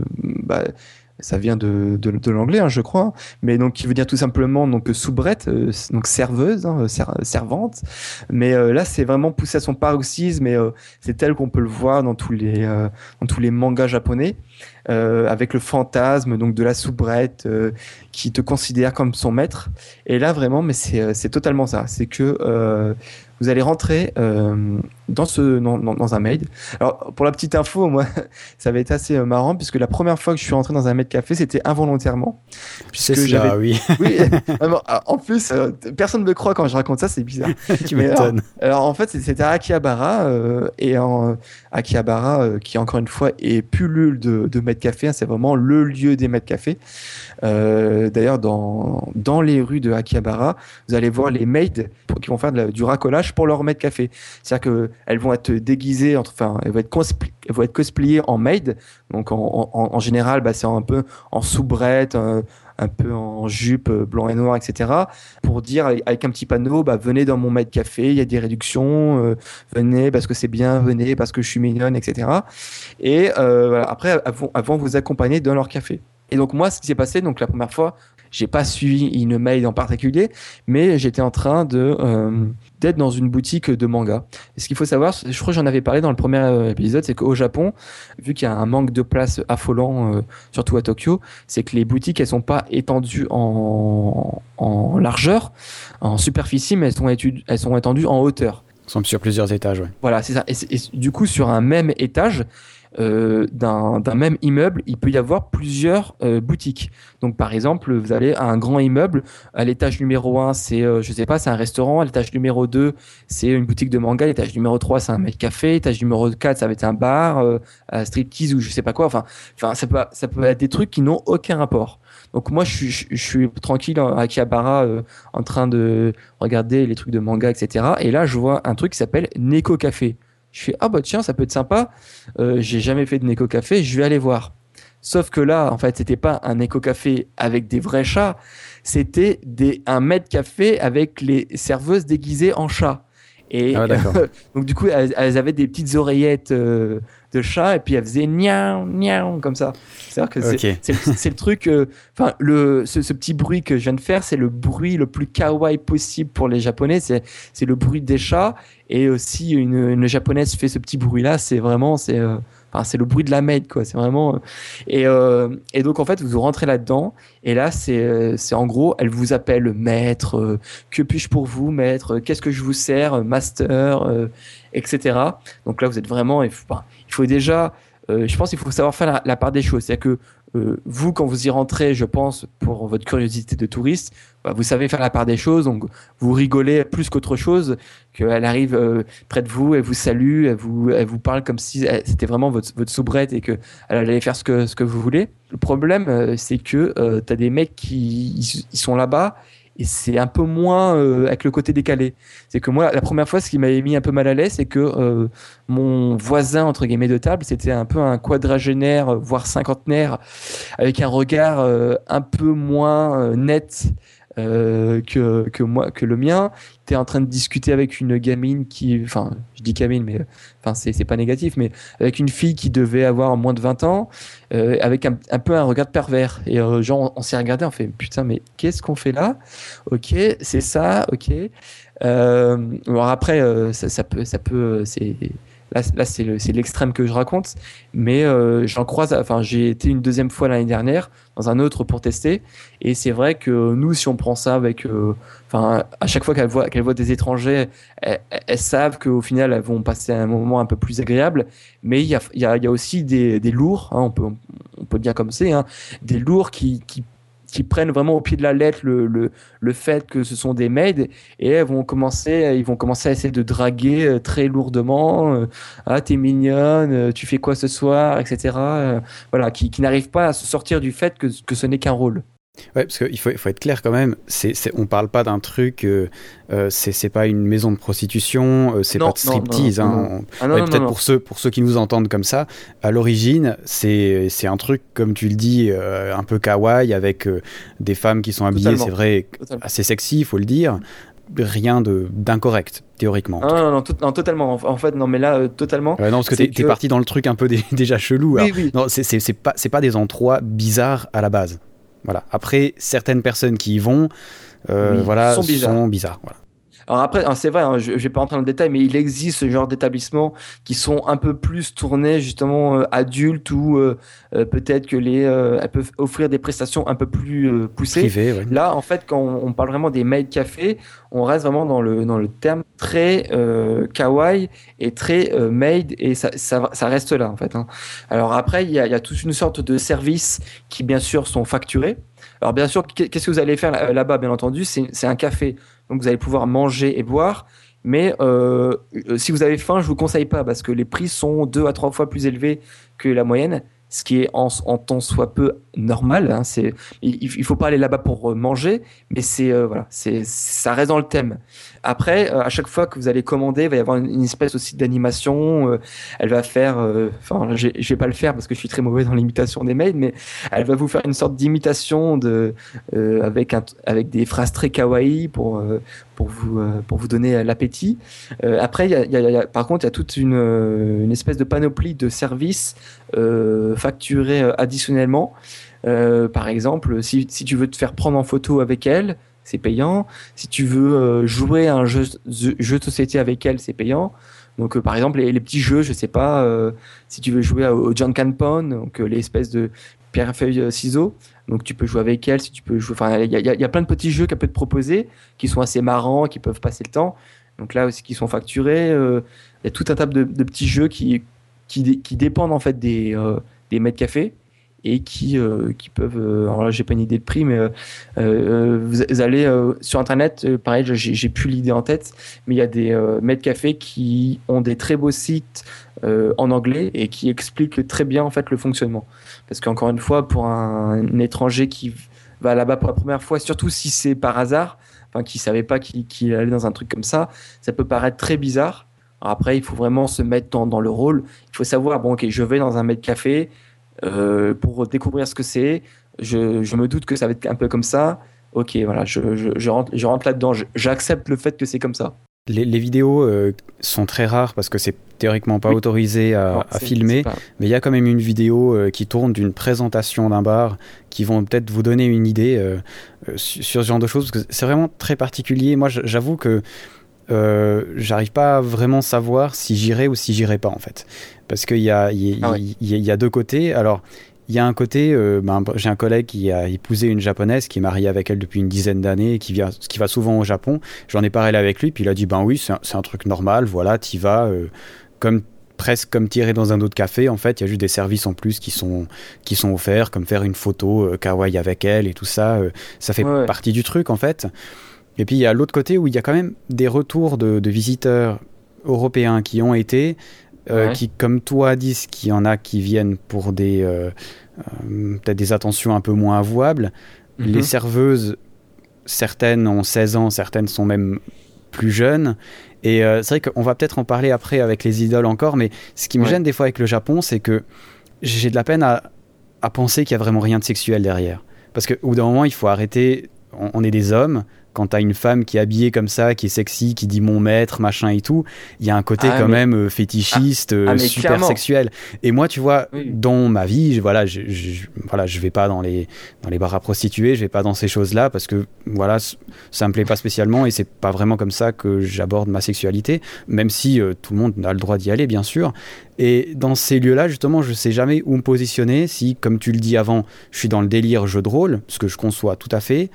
l'anglais, hein, je crois, mais donc qui veut dire tout simplement donc soubrette, donc serveuse, hein, servante. Mais là, c'est vraiment poussé à son paroxysme, et c'est tel qu'on peut le voir dans tous les mangas japonais, avec le fantasme donc de la soubrette qui te considère comme son maître. Et là, vraiment, mais c'est totalement ça. C'est que vous allez rentrer dans un maid. Alors, pour la petite info, moi, ça va être assez marrant, puisque la première fois que je suis rentré dans un maid café, c'était involontairement. Puisque j'avais... oui. Oui, en plus, personne ne me croit quand je raconte ça, c'est bizarre. Tu m'étonnes. Alors, en fait, c'était à Akihabara, Akihabara, qui encore une fois est pullule de maid café, hein, c'est vraiment le lieu des maid café. D'ailleurs, dans les rues de Akihabara, vous allez voir les maids qui vont faire du racolage pour leur maid café. C'est-à-dire qu'elles vont être déguisées, elles vont être cosplayées en maid. Donc en général, c'est un peu en soubrette, un peu en jupe blanc et noir, etc. Pour dire avec un petit panneau, venez dans mon maid café, il y a des réductions, venez parce que c'est bien, venez parce que je suis mignonne, etc. Et voilà. Après, elles vont vous accompagner dans leur café. Et donc moi, ce qui s'est passé, donc la première fois, j'ai pas suivi une maid en particulier, mais j'étais en train d'être dans une boutique de manga. Et ce qu'il faut savoir, je crois que j'en avais parlé dans le premier épisode, c'est qu'au Japon, vu qu'il y a un manque de place affolant, surtout à Tokyo, c'est que les boutiques, elles sont pas étendues en largeur, en superficie, mais elles sont étendues en hauteur. Elles sont sur plusieurs étages, ouais. Voilà, c'est ça. Et du coup, sur un même étage, d'un même immeuble, il peut y avoir plusieurs boutiques. Donc par exemple, vous allez à un grand immeuble, à l'étage numéro 1, c'est je sais pas, c'est un restaurant, à l'étage numéro 2, c'est une boutique de manga, à l'étage numéro 3, c'est un mec café, l'étage numéro 4, ça va être un bar, un striptease ou je sais pas quoi. Enfin ça peut être des trucs qui n'ont aucun rapport. Donc moi je suis tranquille à Akihabara en train de regarder les trucs de manga, etc. Et là je vois un truc qui s'appelle Neko Café. Je fais ah bah tiens, ça peut être sympa. J'ai jamais fait de Neko Café, je vais aller voir. Sauf que là, en fait, c'était pas un éco-café avec des vrais chats, c'était un maître café avec les serveuses déguisées en chats. Et donc du coup, elles avaient des petites oreillettes de chat et puis elles faisaient niaou niaou comme ça. C'est-à-dire que c'est le truc. Enfin, ce petit bruit que je viens de faire, c'est le bruit le plus kawaii possible pour les Japonais. C'est le bruit des chats. Et si une japonaise fait ce petit bruit-là, c'est vraiment Enfin, c'est le bruit de la maid, quoi. C'est vraiment. Et donc, en fait, vous rentrez là-dedans. Et là, c'est en gros, elle vous appelle maître. Que puis-je pour vous, maître? Qu'est-ce que je vous sers, master, etc. Donc là, vous êtes vraiment. Il faut déjà. Je pense qu'il faut savoir faire la part des choses. C'est-à-dire que vous, quand vous y rentrez, je pense, pour votre curiosité de touriste, vous savez faire la part des choses, donc vous rigolez plus qu'autre chose, qu'elle arrive près de vous, elle vous salue, elle vous parle comme si c'était vraiment votre soubrette et qu'elle allait faire ce que vous voulez. Le problème, c'est que t'as des mecs qui ils sont là-bas, et c'est un peu moins avec le côté décalé. C'est que moi, la première fois, ce qui m'avait mis un peu mal à l'aise, c'est que mon voisin, entre guillemets, de table, c'était un peu un quadragénaire, voire cinquantenaire, avec un regard un peu moins net que le mien. T'es en train de discuter avec une gamine enfin, je dis gamine, mais enfin, c'est pas négatif, mais avec une fille qui devait avoir moins de 20 ans, avec un peu un regard pervers. Et genre, on s'est regardé, on fait putain, mais qu'est-ce qu'on fait là? Ok, c'est ça, ok. Alors après, ça peut, c'est. Là c'est l'extrême que je raconte, mais j'en croise. Enfin, j'ai été une deuxième fois l'année dernière dans un autre pour tester, et c'est vrai que nous, si on prend ça avec, enfin, à chaque fois qu'elles voient des étrangers, elles savent qu'au final elles vont passer un moment un peu plus agréable. Mais il y a aussi des lourds, hein, on peut dire comme c'est, hein, des lourds qui prennent vraiment au pied de la lettre le fait que ce sont des maids, et ils vont commencer à essayer de draguer très lourdement. Ah, t'es mignonne, tu fais quoi ce soir, etc. Voilà, qui n'arrivent pas à se sortir du fait que ce n'est qu'un rôle. Ouais, parce qu'il faut être clair quand même, on parle pas d'un truc, c'est pas une maison de prostitution, c'est pas de striptease. Peut-être pour ceux qui nous entendent comme ça, à l'origine, c'est un truc, comme tu le dis, un peu kawaii, avec des femmes qui sont habillées, c'est vrai, assez sexy, il faut le dire. Rien d'incorrect, théoriquement. Non, totalement. En fait, non, mais là, totalement. Non, parce que t'es parti dans le truc un peu déjà chelou. Oui, alors, oui. Non, c'est pas des endroits bizarres à la base. Voilà. Après, certaines personnes qui y vont, sont bizarres. Voilà. Alors après, c'est vrai, je vais pas rentrer dans le détail, mais il existe ce genre d'établissements qui sont un peu plus tournés justement adultes, ou peut-être que elles peuvent offrir des prestations un peu plus poussées. Privé, ouais. Là, en fait, quand on parle vraiment des maid cafés, on reste vraiment dans le terme très kawaii et très maid, et ça reste là en fait. Hein. Alors après, il y a toute une sorte de services qui bien sûr sont facturés. Alors bien sûr, qu'est-ce que vous allez faire là-bas? Bien entendu, c'est un café. Donc vous allez pouvoir manger et boire, mais si vous avez faim, je vous conseille pas, parce que les prix sont 2 à 3 fois plus élevés que la moyenne, ce qui est en tant soit peu normal. Hein. Il faut pas aller là-bas pour manger, mais ça reste dans le thème. Après, à chaque fois que vous allez commander, il va y avoir une espèce aussi d'animation. Elle va faire, je vais pas le faire parce que je suis très mauvais dans l'imitation des mails, mais elle va vous faire une sorte d'imitation avec des phrases très kawaii pour vous donner l'appétit. Après, par contre, il y a toute une espèce de panoplie de services facturés additionnellement. Par exemple, si tu veux te faire prendre en photo avec elle, c'est payant. Si tu veux jouer à un jeu de société avec elle, c'est payant. Donc, par exemple, les petits jeux, je sais pas, si tu veux jouer au Jankanpon, donc les espèces de pierre, feuille, ciseaux, donc tu peux jouer avec elle. Si tu peux jouer, enfin, il y a plein de petits jeux qu'elle peut te proposer qui sont assez marrants, qui peuvent passer le temps. Donc là aussi, qui sont facturés. Il y a tout un tas de petits jeux qui dépendent en fait des maîtres cafés et qui peuvent. Alors là, j'ai pas une idée de prix, mais vous allez sur Internet, pareil, j'ai plus l'idée en tête, mais il y a des maîtres cafés qui ont des très beaux sites en anglais et qui expliquent très bien en fait le fonctionnement. Parce qu'encore une fois, pour un étranger qui va là-bas pour la première fois, surtout si c'est par hasard, enfin qui savait pas qu'il allait dans un truc comme ça peut paraître très bizarre. Alors après, il faut vraiment se mettre dans le rôle. Il faut savoir, bon, ok, je vais dans un maître café pour découvrir ce que c'est. Je me doute que ça va être un peu comme ça. Ok, voilà, je rentre là-dedans. J'accepte le fait que c'est comme ça. Les vidéos sont très rares parce que c'est théoriquement pas autorisé à filmer, mais il y a quand même une vidéo qui tourne d'une présentation d'un bar qui vont peut-être vous donner une idée sur ce genre de choses, parce que c'est vraiment très particulier. Moi, j'avoue que j'arrive pas à vraiment savoir si j'irai ou si j'irai pas, en fait, parce qu'il y a deux côtés. Alors, il y a un côté, j'ai un collègue qui a épousé une japonaise, qui est mariée avec elle depuis une dizaine d'années, qui va souvent au Japon. J'en ai parlé avec lui, puis il a dit oui, c'est un truc normal, voilà, t'y vas presque comme tirer dans un autre café. En fait, il y a juste des services en plus qui sont offerts, comme faire une photo kawaii avec elle et tout ça. Ça fait partie du truc, en fait. Et puis il y a l'autre côté où il y a quand même des retours de visiteurs européens qui ont été. Qui, comme toi, disent qu'il y en a qui viennent pour peut-être des attentions un peu moins avouables. Les serveuses, certaines ont 16 ans, certaines sont même plus jeunes. Et c'est vrai qu'on va peut-être en parler après avec les idoles encore, mais ce qui me gêne des fois avec le Japon, c'est que j'ai de la peine à penser qu'il n'y a vraiment rien de sexuel derrière. Parce qu'au bout d'un moment, il faut arrêter. On est des hommes. Quand t'as une femme qui est habillée comme ça, qui est sexy, qui dit mon maître, machin et tout, il y a un côté même fétichiste, super clairement. Sexuel. Et moi, tu vois, dans ma vie, je vais pas dans les bars à prostituées, je vais pas dans ces choses-là parce que voilà, ça me plaît pas spécialement et c'est pas vraiment comme ça que j'aborde ma sexualité, même si tout le monde a le droit d'y aller, bien sûr. Et dans ces lieux-là, justement, je sais jamais où me positionner. Si, comme tu le dis avant, je suis dans le délire jeu de rôle, ce que je conçois tout à fait.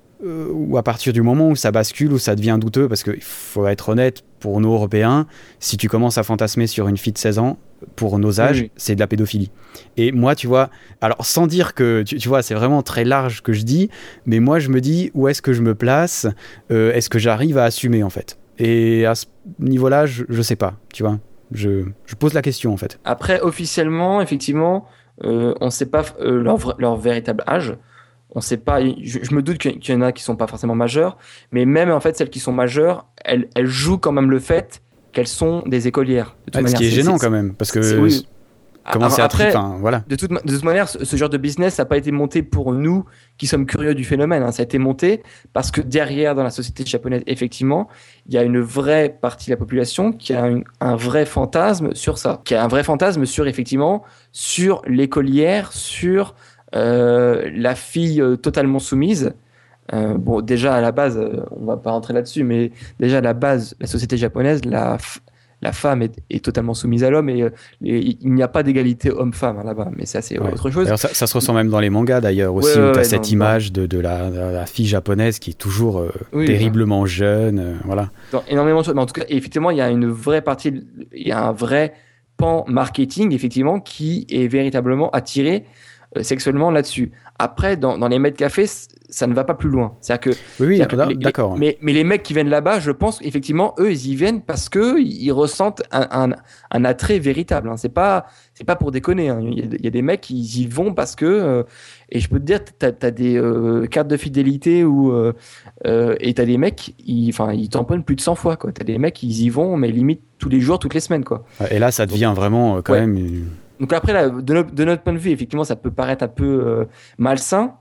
Ou à partir du moment où ça bascule, où ça devient douteux, parce qu'il faut être honnête, pour nous Européens, si tu commences à fantasmer sur une fille de 16 ans, pour nos âges, c'est de la pédophilie. Et moi, tu vois, alors sans dire que, tu vois, c'est vraiment très large que je dis, mais moi je me dis, où est-ce que je me place, est-ce que j'arrive à assumer, en fait. Et à ce niveau-là, je sais pas, tu vois, je pose la question, en fait. Après, officiellement, effectivement, on ne sait pas leur véritable âge. On sait pas, je me doute qu'il y en a qui sont pas forcément majeures, mais même en fait celles qui sont majeures, elles jouent quand même le fait qu'elles sont des écolières. Ce qui est gênant quand même, parce que commencer après, voilà. De toute manière, ce genre de business, ça n'a pas été monté pour nous qui sommes curieux du phénomène. Ça a été monté parce que derrière, dans la société japonaise, effectivement, il y a une vraie partie de la population qui a un vrai fantasme sur ça, qui a un vrai fantasme effectivement sur l'écolière, sur la fille totalement soumise. Bon, déjà à la base, on va pas rentrer là-dessus, mais déjà à la base, la société japonaise, la femme est totalement soumise à l'homme et il n'y a pas d'égalité homme-femme là-bas. Mais ça, c'est autre chose. Alors ça se ressent même dans les mangas d'ailleurs aussi, où tu as cette image de la fille japonaise qui est toujours terriblement jeune. Voilà. Dans énormément de choses. Mais en tout cas, effectivement, il y a une vraie partie, il y a un vrai pan marketing, effectivement, qui est véritablement attiré sexuellement là-dessus. Après, dans les maîtres cafés, ça ne va pas plus loin. C'est-à-dire que, d'accord. Mais les mecs qui viennent là-bas, je pense effectivement, eux, ils y viennent parce que ils ressentent un attrait véritable. C'est pas pour déconner. Il y a des mecs qui y vont parce que et je peux te dire, t'as des cartes de fidélité et t'as des mecs, ils tamponnent plus de 100 fois. T'as des mecs, ils y vont, mais limite tous les jours, toutes les semaines. Et là, ça devient vraiment quand même. Donc après, là, de notre point de vue, effectivement, ça peut paraître un peu malsain.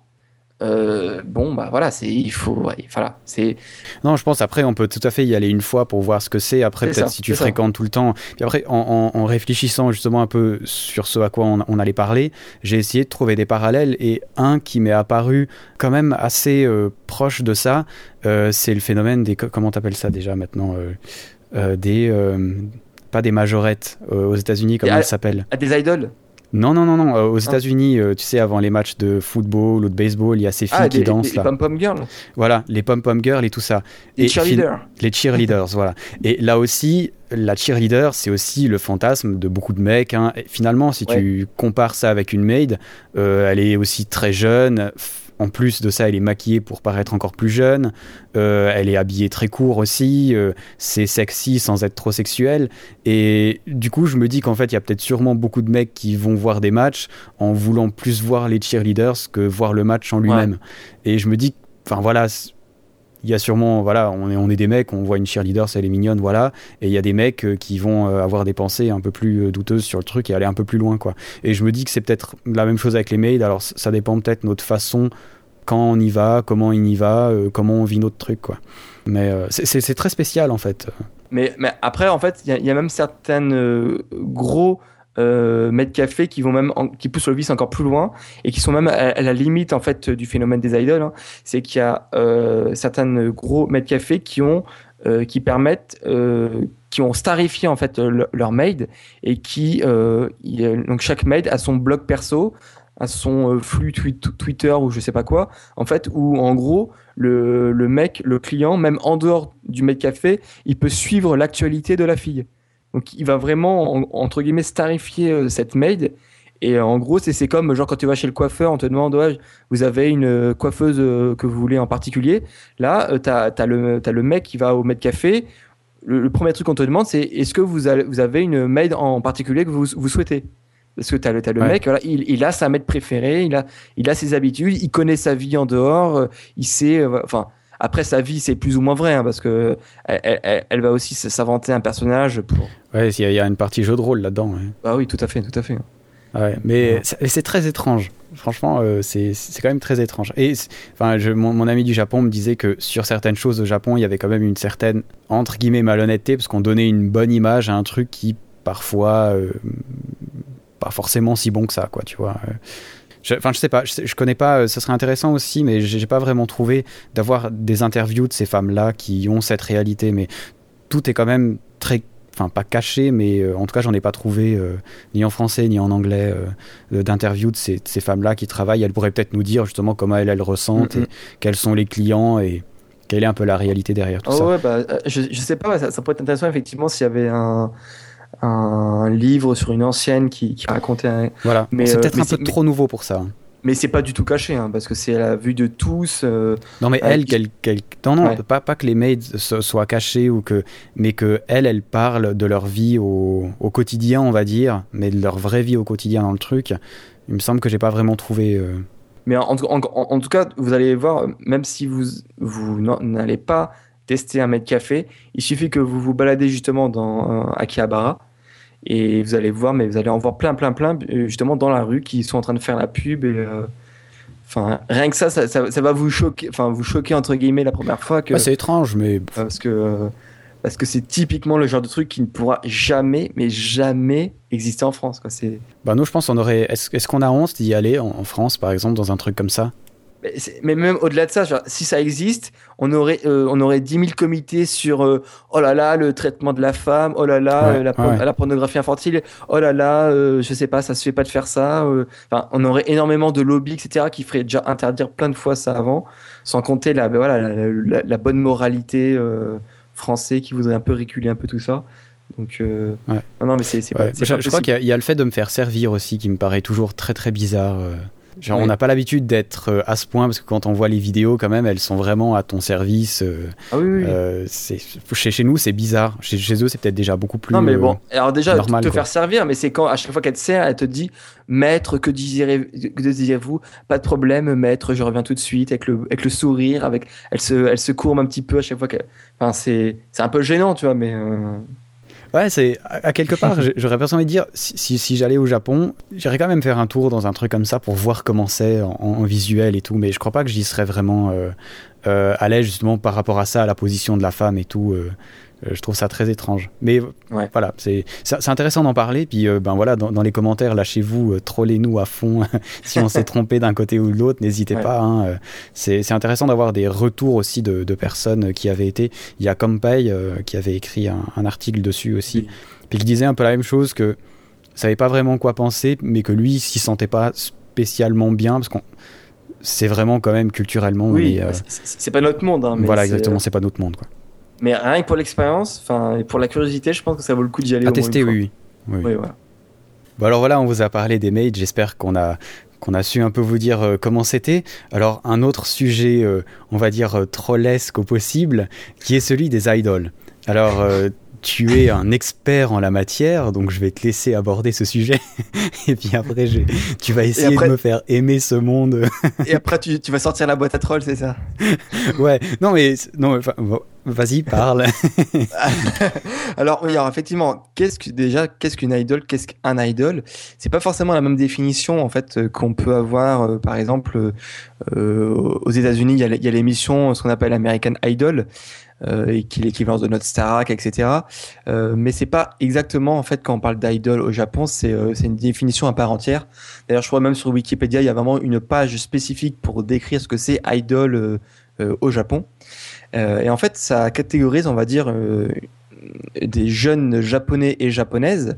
Voilà, c'est. Non, je pense après on peut tout à fait y aller une fois pour voir ce que c'est. Après peut-être si tu fréquentes tout le temps. Puis après en réfléchissant justement un peu sur ce à quoi on allait parler, j'ai essayé de trouver des parallèles et un qui m'est apparu quand même assez proche de ça, c'est le phénomène des comment t'appelles ça déjà maintenant pas des majorettes aux États-Unis, comment ça s'appelle? Des idoles. Non. Aux États-Unis, tu sais, avant les matchs de football ou de baseball, il y a ces filles qui dansent là. Les pom-pom girls. Voilà, les pom-pom girls et tout ça. Les cheerleaders. Les cheerleaders, voilà. Et là aussi, la cheerleader, c'est aussi le fantasme de beaucoup de mecs. Hein. Et finalement, si tu compares ça avec une maid, elle est aussi très jeune. En plus de ça, elle est maquillée pour paraître encore plus jeune. Elle est habillée très court aussi. C'est sexy sans être trop sexuel. Et du coup, je me dis qu'en fait, il y a peut-être sûrement beaucoup de mecs qui vont voir des matchs en voulant plus voir les cheerleaders que voir le match en lui-même. Et je me dis, enfin voilà, il y a sûrement, voilà, on est des mecs, on voit une cheerleader, elle est mignonne, voilà. Et il y a des mecs qui vont avoir des pensées un peu plus douteuses sur le truc et aller un peu plus loin, quoi. Et je me dis que c'est peut-être la même chose avec les maids. Alors ça dépend peut-être de notre façon, quand on y va, comment on y va, comment on vit notre truc, quoi. Mais c'est très spécial, en fait. Mais après, en fait, il y a même certaines gros maids café qui vont même qui poussent le vice encore plus loin et qui sont même à la limite en fait du phénomène des idoles. Hein. C'est qu'il y a certaines gros maids café qui permettent qui ont starifié en fait leur maid et qui donc chaque maid a son blog perso, à son flux Twitter ou je sais pas quoi, en fait, où en gros le mec, le client, même en dehors du maid café, il peut suivre l'actualité de la fille. Donc il va vraiment entre guillemets starifier cette maid. Et en gros c'est comme genre quand tu vas chez le coiffeur, on te demande vous avez une coiffeuse que vous voulez en particulier. Là t'as le mec qui va au maid café. Le premier truc qu'on te demande c'est est-ce que vous avez une maid en particulier que vous souhaitez. Parce que t'as le mec, voilà, il a sa maid préférée, il a ses habitudes, il connaît sa vie en dehors, il sait, enfin, après sa vie c'est plus ou moins vrai, hein, parce que elle va aussi s'inventer un personnage pour. Ouais, il y a une partie jeu de rôle là-dedans. Ouais. Bah oui, tout à fait. Ouais, mais c'est très étrange. Franchement, c'est quand même très étrange. Et enfin, mon ami du Japon me disait que sur certaines choses au Japon, il y avait quand même une certaine entre guillemets malhonnêteté, parce qu'on donnait une bonne image à un truc qui parfois pas forcément si bon que ça, quoi, tu vois. Je sais pas, je connais pas, ça serait intéressant aussi, mais j'ai pas vraiment trouvé d'avoir des interviews de ces femmes-là qui ont cette réalité, mais tout est quand même très, enfin pas caché, mais en tout cas j'en ai pas trouvé ni en français ni en anglais d'interviews de ces femmes-là qui travaillent. Elles pourraient peut-être nous dire justement comment elles ressentent et quels sont les clients et quelle est un peu la réalité derrière tout ça. Ouais, bah, je sais pas, ça pourrait être intéressant effectivement s'il y avait un livre sur une ancienne qui racontait voilà, mais c'est peut-être un peu trop nouveau pour ça. Mais c'est pas du tout caché, hein, parce que c'est à la vue de tous. Non, mais non, pas que les maids soient cachés mais que elles parlent de leur vie au quotidien, on va dire, mais de leur vraie vie au quotidien dans le truc. Il me semble que j'ai pas vraiment trouvé. Mais en tout cas, vous allez voir, même si vous n'allez pas tester un maid café, il suffit que vous vous baladez justement dans Akihabara et vous allez voir, mais vous allez en voir plein justement dans la rue qui sont en train de faire la pub et enfin rien que ça va vous choquer entre guillemets la première fois que c'est étrange, mais parce que c'est typiquement le genre de truc qui ne pourra jamais exister en France, quoi. Bah nous je pense est-ce qu'on a honte d'y aller en France par exemple dans un truc comme ça? Mais même au-delà de ça, genre, si ça existe, on aurait 10 000 comités sur oh là là, le traitement de la femme, oh là là, la pornographie infantile, oh là là, je sais pas, ça se fait pas de faire ça. Enfin, on aurait énormément de lobbies, etc., qui feraient déjà interdire plein de fois ça avant, sans compter la bonne moralité français qui voudrait un peu reculer un peu tout ça. Donc, non, mais c'est pas. Je crois qu'il y a le fait de me faire servir aussi qui me paraît toujours très très bizarre. Genre, on n'a pas l'habitude d'être à ce point, parce que quand on voit les vidéos, quand même, elles sont vraiment à ton service. Oui. Chez nous, c'est bizarre. Chez eux, c'est peut-être déjà beaucoup plus. Non, mais bon, alors déjà, normal, te faire servir, mais c'est quand, à chaque fois qu'elle te sert, elle te dit maître, que désirez-vous? Pas de problème, maître, je reviens tout de suite, avec le sourire, elle se courbe un petit peu à chaque fois qu'elle. Enfin, c'est un peu gênant, tu vois, mais. Ouais, c'est à quelque part, j'aurais presque envie de dire, si j'allais au Japon, j'irais quand même faire un tour dans un truc comme ça pour voir comment c'est en visuel et tout, mais je crois pas que j'y serais vraiment à l'aise justement par rapport à ça, à la position de la femme et tout. Je trouve ça très étrange. Mais voilà, c'est intéressant d'en parler. Puis ben voilà, dans les commentaires, lâchez-vous, trollez-nous à fond si on s'est trompé d'un côté ou de l'autre. N'hésitez pas. Hein, c'est intéressant d'avoir des retours aussi de personnes qui avaient été. Il y a Compay qui avait écrit un article dessus aussi, puis qui disait un peu la même chose que savait pas vraiment quoi penser, mais que lui, il s'y sentait pas spécialement bien, parce qu'on c'est vraiment quand même culturellement. Oui, c'est pas notre monde. Hein, mais voilà, exactement, c'est pas notre monde, quoi. Mais rien que pour l'expérience, et pour la curiosité, je pense que ça vaut le coup d'y aller. À tester, oui. Oui, voilà. Bon, alors voilà, on vous a parlé des mages, j'espère qu'on a su un peu vous dire comment c'était. Alors, un autre sujet, on va dire trollesque au possible, qui est celui des idols. Alors, tu es un expert en la matière, donc je vais te laisser aborder ce sujet. Et puis après, tu vas essayer de me faire aimer ce monde. Et après, tu vas sortir la boîte à trolls, c'est ça? Ouais, non, bon, vas-y, parle. Alors, oui, alors effectivement, qu'est-ce qu'une idol? Qu'est-ce qu'un idol? C'est pas forcément la même définition, en fait, qu'on peut avoir, par exemple, aux États-Unis, il y a l'émission, ce qu'on appelle American Idol. Et qui est l'équivalent de notre Starac, etc. Mais c'est pas exactement, en fait, quand on parle d'idol au Japon, c'est une définition à part entière. D'ailleurs, je crois même sur Wikipédia, il y a vraiment une page spécifique pour décrire ce que c'est idol au Japon. Et en fait, ça catégorise, on va dire, des jeunes japonais et japonaises.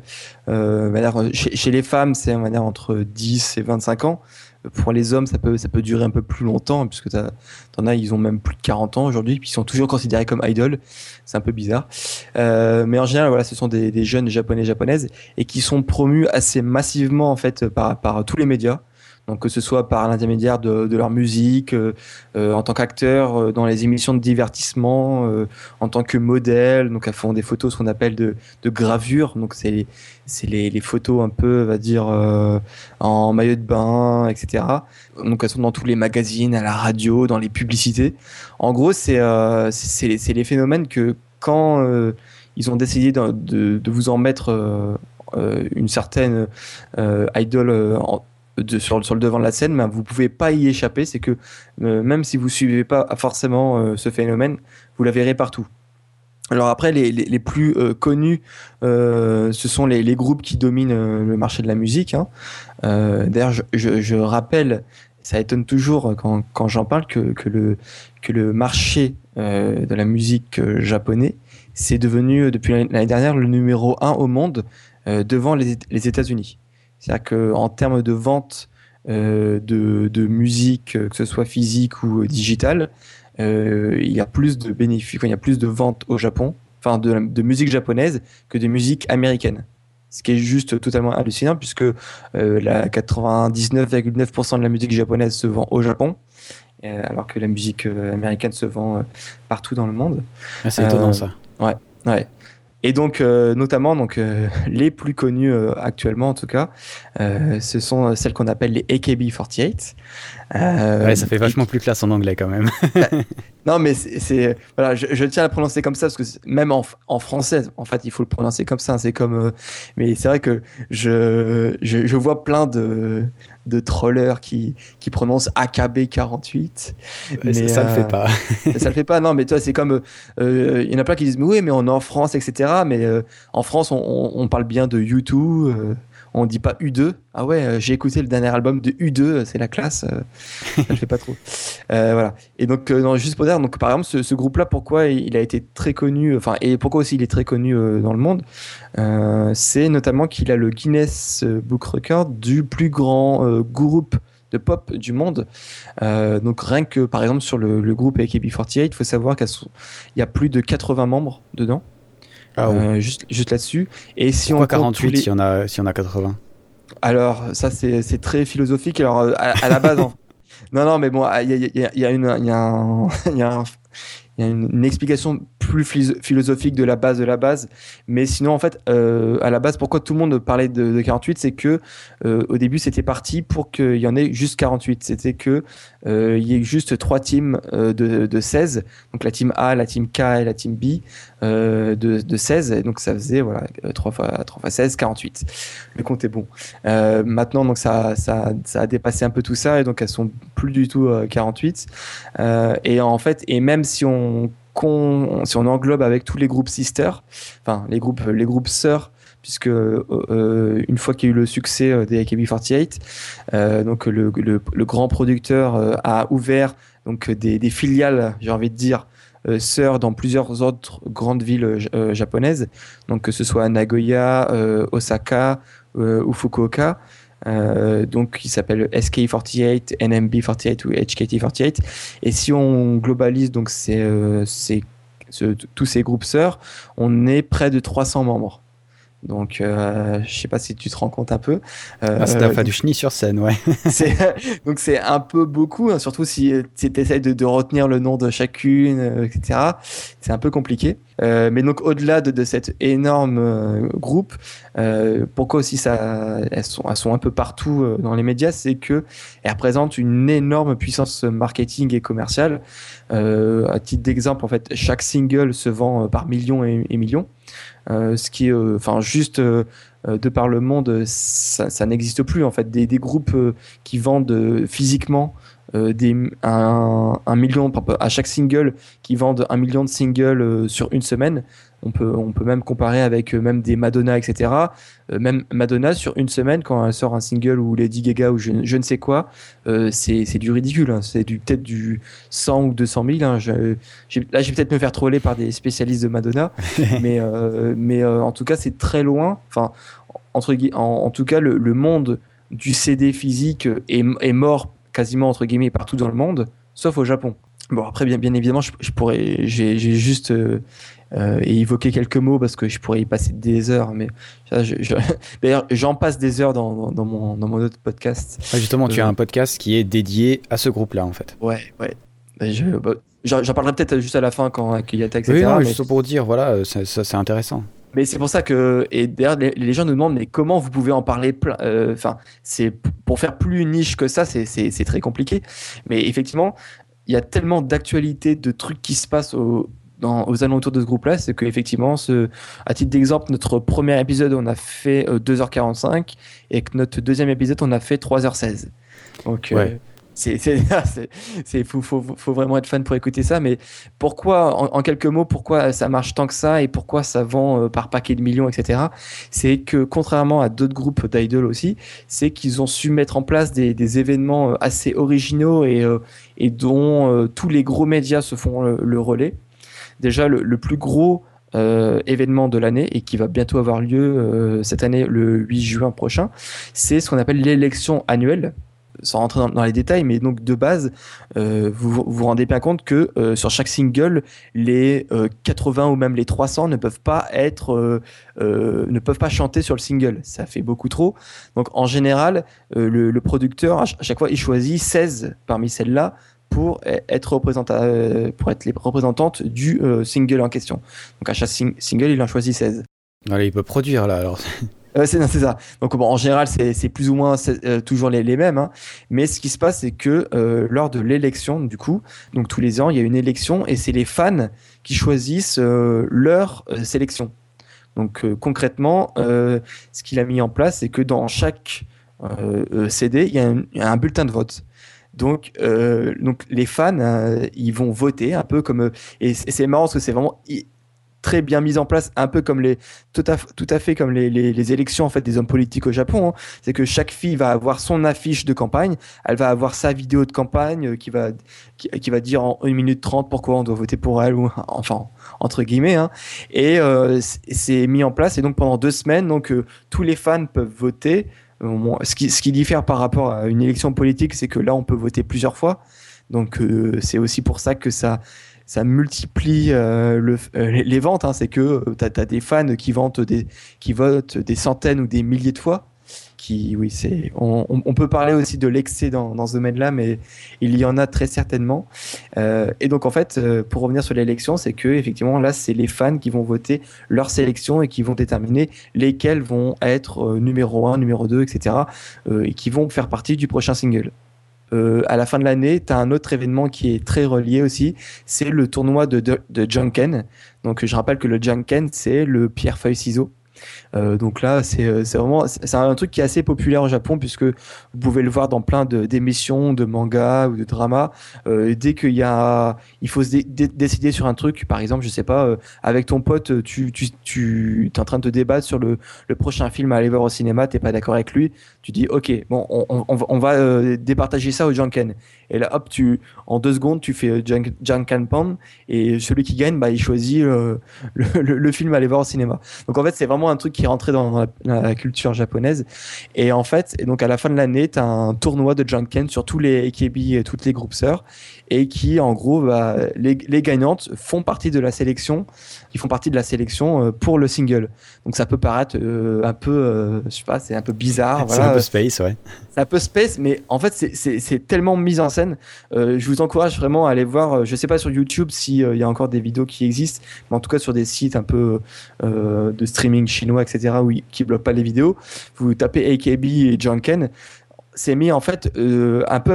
Chez les femmes, c'est, on va dire, entre 10 et 25 ans. Pour les hommes, ça peut durer un peu plus longtemps, puisque t'en as, ils ont même plus de 40 ans aujourd'hui, puis ils sont toujours considérés comme idoles. C'est un peu bizarre. Mais en général, voilà, ce sont des jeunes japonais, japonaises, et qui sont promus assez massivement, en fait, par tous les médias. Donc, que ce soit par l'intermédiaire de leur musique, en tant qu'acteurs, dans les émissions de divertissement, en tant que modèles. Donc, elles font des photos, ce qu'on appelle de gravure. Donc, c'est les photos un peu, on va dire, en maillot de bain, etc. Donc, elles sont dans tous les magazines, à la radio, dans les publicités. En gros, c'est les phénomènes que quand ils ont décidé de vous en mettre une certaine idole sur le devant de la scène, mais vous pouvez pas y échapper. C'est que même si vous suivez pas forcément ce phénomène, vous la verrez partout. Alors après, les plus connus, ce sont les groupes qui dominent le marché de la musique. Hein. D'ailleurs, je rappelle, ça étonne toujours quand j'en parle, que le marché de la musique japonais, c'est devenu depuis l'année dernière le numéro 1 au monde devant les États-Unis. C'est-à-dire qu'en termes de vente de musique, que ce soit physique ou digitale, il y a plus de bénéfices, il y a plus de ventes au Japon, enfin de musique japonaise que de musique américaine. Ce qui est juste totalement hallucinant, puisque la 99,9% de la musique japonaise se vend au Japon, alors que la musique américaine se vend partout dans le monde. Ah, c'est étonnant ça. Ouais. Et donc, notamment, les plus connues actuellement, en tout cas, ce sont celles qu'on appelle les AKB48. Ouais, ça fait vachement plus classe en anglais quand même. Non, mais voilà, je tiens à le prononcer comme ça parce que même en français, en fait, il faut le prononcer comme ça. C'est comme, mais c'est vrai que je vois plein de trollers qui prononcent AKB48. Ouais, mais ça le fait pas. Ça le fait pas. Non, mais toi, c'est comme, il y en a plein qui disent, mais oui, mais on est en France, etc. Mais en France, on parle bien de U2. On dit pas U2. Ah ouais, j'ai écouté le dernier album de U2, c'est la classe. Ça le fait pas trop. Voilà. Et donc, non, juste pour dire, donc par exemple, ce groupe-là, pourquoi il a été très connu, enfin, et pourquoi aussi il est très connu dans le monde, c'est notamment qu'il a le Guinness Book Record du plus grand groupe de pop du monde. Donc rien que par exemple sur le groupe AKB48, il faut savoir qu'il y a plus de 80 membres dedans. Ah oui. Juste là-dessus. Et si pourquoi on 48 s'il y en a 80? Alors ça c'est très philosophique. Alors à la base, non mais bon, il y a une explication plus philosophique de la base, mais sinon en fait à la base, pourquoi tout le monde parlait de 48, c'est que au début c'était parti pour qu'il y en ait juste 48, c'était que il y ait juste 3 teams de 16, donc la team A, la team K et la team B de 16, et donc ça faisait voilà 3 fois 16, 48. Le compte est bon. Maintenant donc ça a dépassé un peu tout ça, et donc elles sont plus du tout 48, et en fait, et même si on englobe avec tous les groupes sisters, enfin les groupes sœurs, puisque une fois qu'il y a eu le succès des AKB48, donc le grand producteur a ouvert donc des filiales, j'ai envie de dire, sœurs dans plusieurs autres grandes villes japonaises, donc que ce soit Nagoya, Osaka ou Fukuoka. Donc qui s'appelle SK48, NMB48 ou HKT48. Et si on globalise donc tous ces groupes sœurs, on est près de 300 membres. Donc, je sais pas si tu te rends compte un peu. C'est la fin du chenille sur scène, ouais. Donc c'est un peu beaucoup, hein, surtout si tu essaies de retenir le nom de chacune, etc. C'est un peu compliqué. Mais donc au-delà de cet énorme groupe, pourquoi aussi elles sont un peu partout dans les médias, c'est que elles représentent une énorme puissance marketing et commerciale. À titre d'exemple, en fait, chaque single se vend par millions et millions. Ce qui est, juste de par le monde, ça n'existe plus en fait. Des groupes qui vendent physiquement un million à chaque single, qui vendent 1 million de singles sur une semaine. On peut même comparer avec même des Madonna, etc. Même Madonna sur une semaine, quand elle sort un single, ou Lady Gaga ou je ne sais quoi, c'est du ridicule, hein. C'est peut-être du 100 ou 200 000, hein. Là je vais peut-être me faire troller par des spécialistes de Madonna, mais en tout cas c'est très loin. Enfin, en tout cas le monde du CD physique est mort quasiment entre guillemets partout dans le monde, sauf au Japon. Bon, après bien évidemment j'ai juste évoqué quelques mots parce que je pourrais y passer des heures, mais d'ailleurs j'en passe des heures dans mon autre podcast. Ouais, justement, tu as un podcast qui est dédié à ce groupe-là en fait. Ouais. J'en parlerai peut-être juste à la fin quand Akiyata, etc. Oui, non, mais juste pour dire, voilà, ça c'est intéressant. Mais c'est pour ça que, et d'ailleurs, les gens nous demandent, mais comment vous pouvez en parler plein, c'est pour faire plus niche que ça, c'est très compliqué. Mais effectivement, il y a tellement d'actualités, de trucs qui se passent aux alentours de ce groupe-là, c'est qu'effectivement, à titre d'exemple, notre premier épisode, on a fait 2h45, et que notre deuxième épisode, on a fait 3h16. Donc, ouais. Faut vraiment être fan pour écouter ça. Mais pourquoi, en quelques mots, pourquoi ça marche tant que ça et pourquoi ça vend par paquet de millions, etc. C'est que contrairement à d'autres groupes d'idoles aussi, c'est qu'ils ont su mettre en place des événements assez originaux et dont tous les gros médias se font le relais. Déjà, le plus gros événement de l'année et qui va bientôt avoir lieu cette année, le 8 juin prochain, c'est ce qu'on appelle l'élection annuelle. Sans rentrer dans les détails, mais donc de base, vous rendez bien compte que sur chaque single, les 80 ou même les 300 ne peuvent pas chanter sur le single. Ça fait beaucoup trop. Donc en général, le producteur, à chaque fois, il choisit 16 parmi celles-là pour être les représentantes du single en question. Donc à chaque single, il en choisit 16. Allez, il peut produire là alors. C'est ça. Donc bon, en général, c'est plus ou moins toujours les mêmes, hein. Mais ce qui se passe, c'est que lors de l'élection, du coup, donc tous les ans, il y a une élection et c'est les fans qui choisissent leur sélection. Donc concrètement, ce qu'il a mis en place, c'est que dans chaque CD, il y a un bulletin de vote. Donc les fans, ils vont voter un peu comme et c'est marrant parce que c'est vraiment très bien mise en place, un peu comme tout à fait comme les élections en fait des hommes politiques au Japon, hein. C'est que chaque fille va avoir son affiche de campagne, elle va avoir sa vidéo de campagne qui va dire en 1 minute 30 pourquoi on doit voter pour elle, ou enfin entre guillemets, hein. Et c'est mis en place et donc pendant 2 semaines, donc tous les fans peuvent voter. Ce qui diffère par rapport à une élection politique, c'est que là on peut voter plusieurs fois. Donc c'est aussi pour ça que ça multiplie les ventes, hein. C'est que t'as des fans qui votent des centaines ou des milliers de fois. On peut parler aussi de l'excès dans ce domaine-là, mais il y en a très certainement. Et donc en fait, pour revenir sur l'élection, c'est que effectivement là, c'est les fans qui vont voter leur sélection et qui vont déterminer lesquels vont être numéro 1, numéro 2, etc. Et qui vont faire partie du prochain single. À la fin de l'année, tu as un autre événement qui est très relié aussi, c'est le tournoi de Janken. Donc je rappelle que le Janken, c'est le pierre-feuille-ciseau. Donc là, c'est vraiment c'est un truc qui est assez populaire au Japon puisque vous pouvez le voir dans plein d'émissions, de mangas ou de dramas. Dès il faut décider sur un truc, par exemple, je sais pas, avec ton pote, tu es en train de te débattre sur le prochain film à aller voir au cinéma, t'es pas d'accord avec lui, tu dis ok, bon, on va départager ça au Janken. Et là, hop, en 2 secondes, tu fais Jankenpan et celui qui gagne, bah, il choisit le film à aller voir au cinéma. Donc en fait, c'est vraiment un truc qui est rentré dans la culture japonaise. Et en fait, donc à la fin de l'année, tu as un tournoi de Janken sur tous les AKB et toutes les groupes sœurs et qui, en gros, bah, les gagnantes font partie de la sélection. Ils font partie de la sélection pour le single. Donc ça peut paraître un peu, je sais pas, c'est un peu bizarre. C'est un peu space, ouais. C'est un peu space, mais en fait, c'est tellement mis en scène. Je vous encourage vraiment à aller voir. Je sais pas sur YouTube s'il y a encore des vidéos qui existent, mais en tout cas sur des sites un peu de streaming chinois, etc., qui bloquent pas les vidéos. Vous tapez AKB et Janken. C'est mis en fait un peu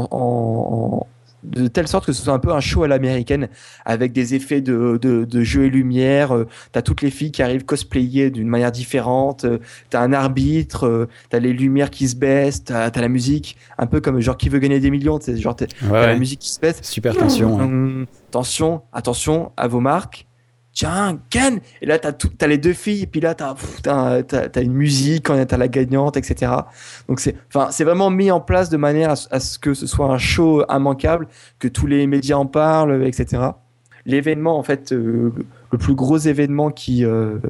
de telle sorte que ce soit un peu un show à l'américaine avec des effets de jeu et lumière. T'as toutes les filles qui arrivent cosplayées d'une manière différente. T'as un arbitre, t'as les lumières qui se baissent, t'as la musique un peu comme genre Qui veut gagner des millions. T'as la musique qui se baisse. Super tension. Tension, attention à vos marques. Tiens, Ken! Et là, t'as les 2 filles, et puis là, t'as une musique, quand t'as la gagnante, etc. Donc, c'est vraiment mis en place de manière à ce que ce soit un show immanquable, que tous les médias en parlent, etc. L'événement, en fait, le plus gros événement qui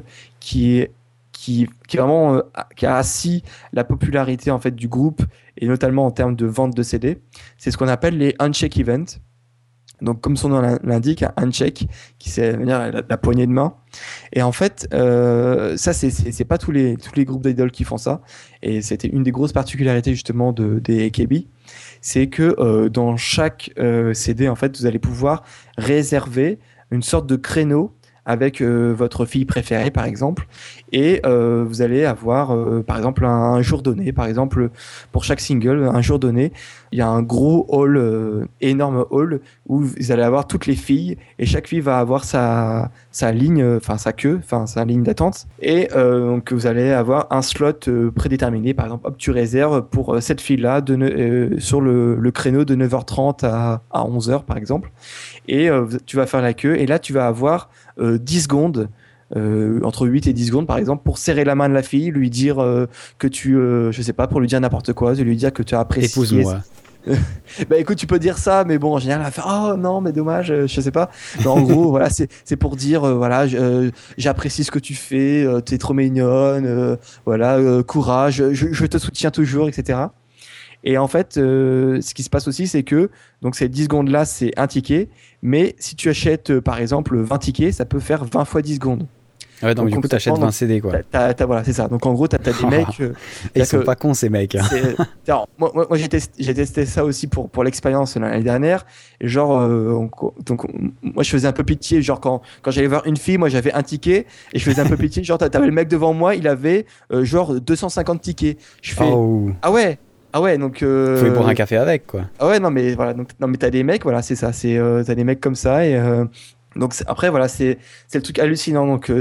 vraiment, qui a assis la popularité, en fait, du groupe, et notamment en termes de vente de CD, c'est ce qu'on appelle les Handshake Events. Donc, comme son nom l'indique, un handshake, qui c'est la poignée de main. Et en fait, ça, c'est pas tous les groupes d'idoles qui font ça. Et c'était une des grosses particularités, justement, des AKB. C'est que dans chaque CD, en fait, vous allez pouvoir réserver une sorte de créneau avec votre fille préférée, par exemple. Et vous allez avoir, par exemple, un jour donné. Par exemple, pour chaque single, un jour donné, il y a un gros hall, énorme hall, où vous allez avoir toutes les filles. Et chaque fille va avoir sa ligne, sa queue, sa ligne d'attente. Et donc, vous allez avoir un slot prédéterminé. Par exemple, hop, tu réserves pour cette fille-là sur le créneau de 9h30 à 11h, par exemple. Et tu vas faire la queue. Et là, tu vas avoir 10 secondes, entre 8 et 10 secondes par exemple, pour serrer la main de la fille, lui dire que je sais pas, pour lui dire n'importe quoi, lui dire que tu as apprécié. Épouse-moi. Bah écoute, tu peux dire ça, mais bon, en général, elle va faire oh non, mais dommage, je sais pas. Mais en gros, voilà, c'est pour dire voilà, j'apprécie ce que tu fais, t'es trop mignonne, voilà, courage, je te soutiens toujours, etc. Et en fait, ce qui se passe aussi, c'est que donc ces 10 secondes-là, c'est un ticket. Mais si tu achètes, par exemple, 20 tickets, ça peut faire 20 fois 10 secondes. Ouais, donc du coup, t'achètes 20 CD, quoi. Voilà, c'est ça. Donc en gros, t'as des mecs... ils sont pas cons, ces mecs. Hein. Alors, moi j'ai testé ça aussi pour l'expérience l'année dernière. Et genre, moi, je faisais un peu pitié. Genre, quand j'allais voir une fille, moi, j'avais un ticket. Et je faisais un peu pitié. Genre, t'avais le mec devant moi, il avait genre 250 tickets. Je fais, ah ouais. Ah ouais, donc. Faut y boire un café avec, quoi. Ah ouais, non, mais voilà. Donc, non, mais t'as des mecs, voilà, c'est ça. T'as des mecs comme ça. Et donc, après, voilà, c'est le truc hallucinant. Donc,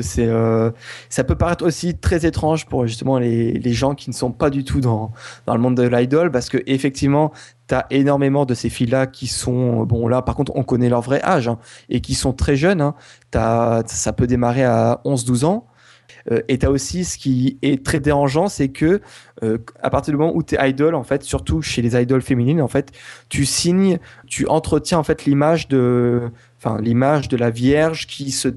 ça peut paraître aussi très étrange pour justement les gens qui ne sont pas du tout dans le monde de l'idol. Parce que, effectivement, t'as énormément de ces filles-là qui sont. Bon, là, par contre, on connaît leur vrai âge. Hein, et qui sont très jeunes. Hein. Ça peut démarrer à 11-12 ans. Et t'as aussi ce qui est très dérangeant, c'est que à partir du moment où t'es idol, en fait, surtout chez les idoles féminines, en fait, tu entretiens en fait l'image de la Vierge qui se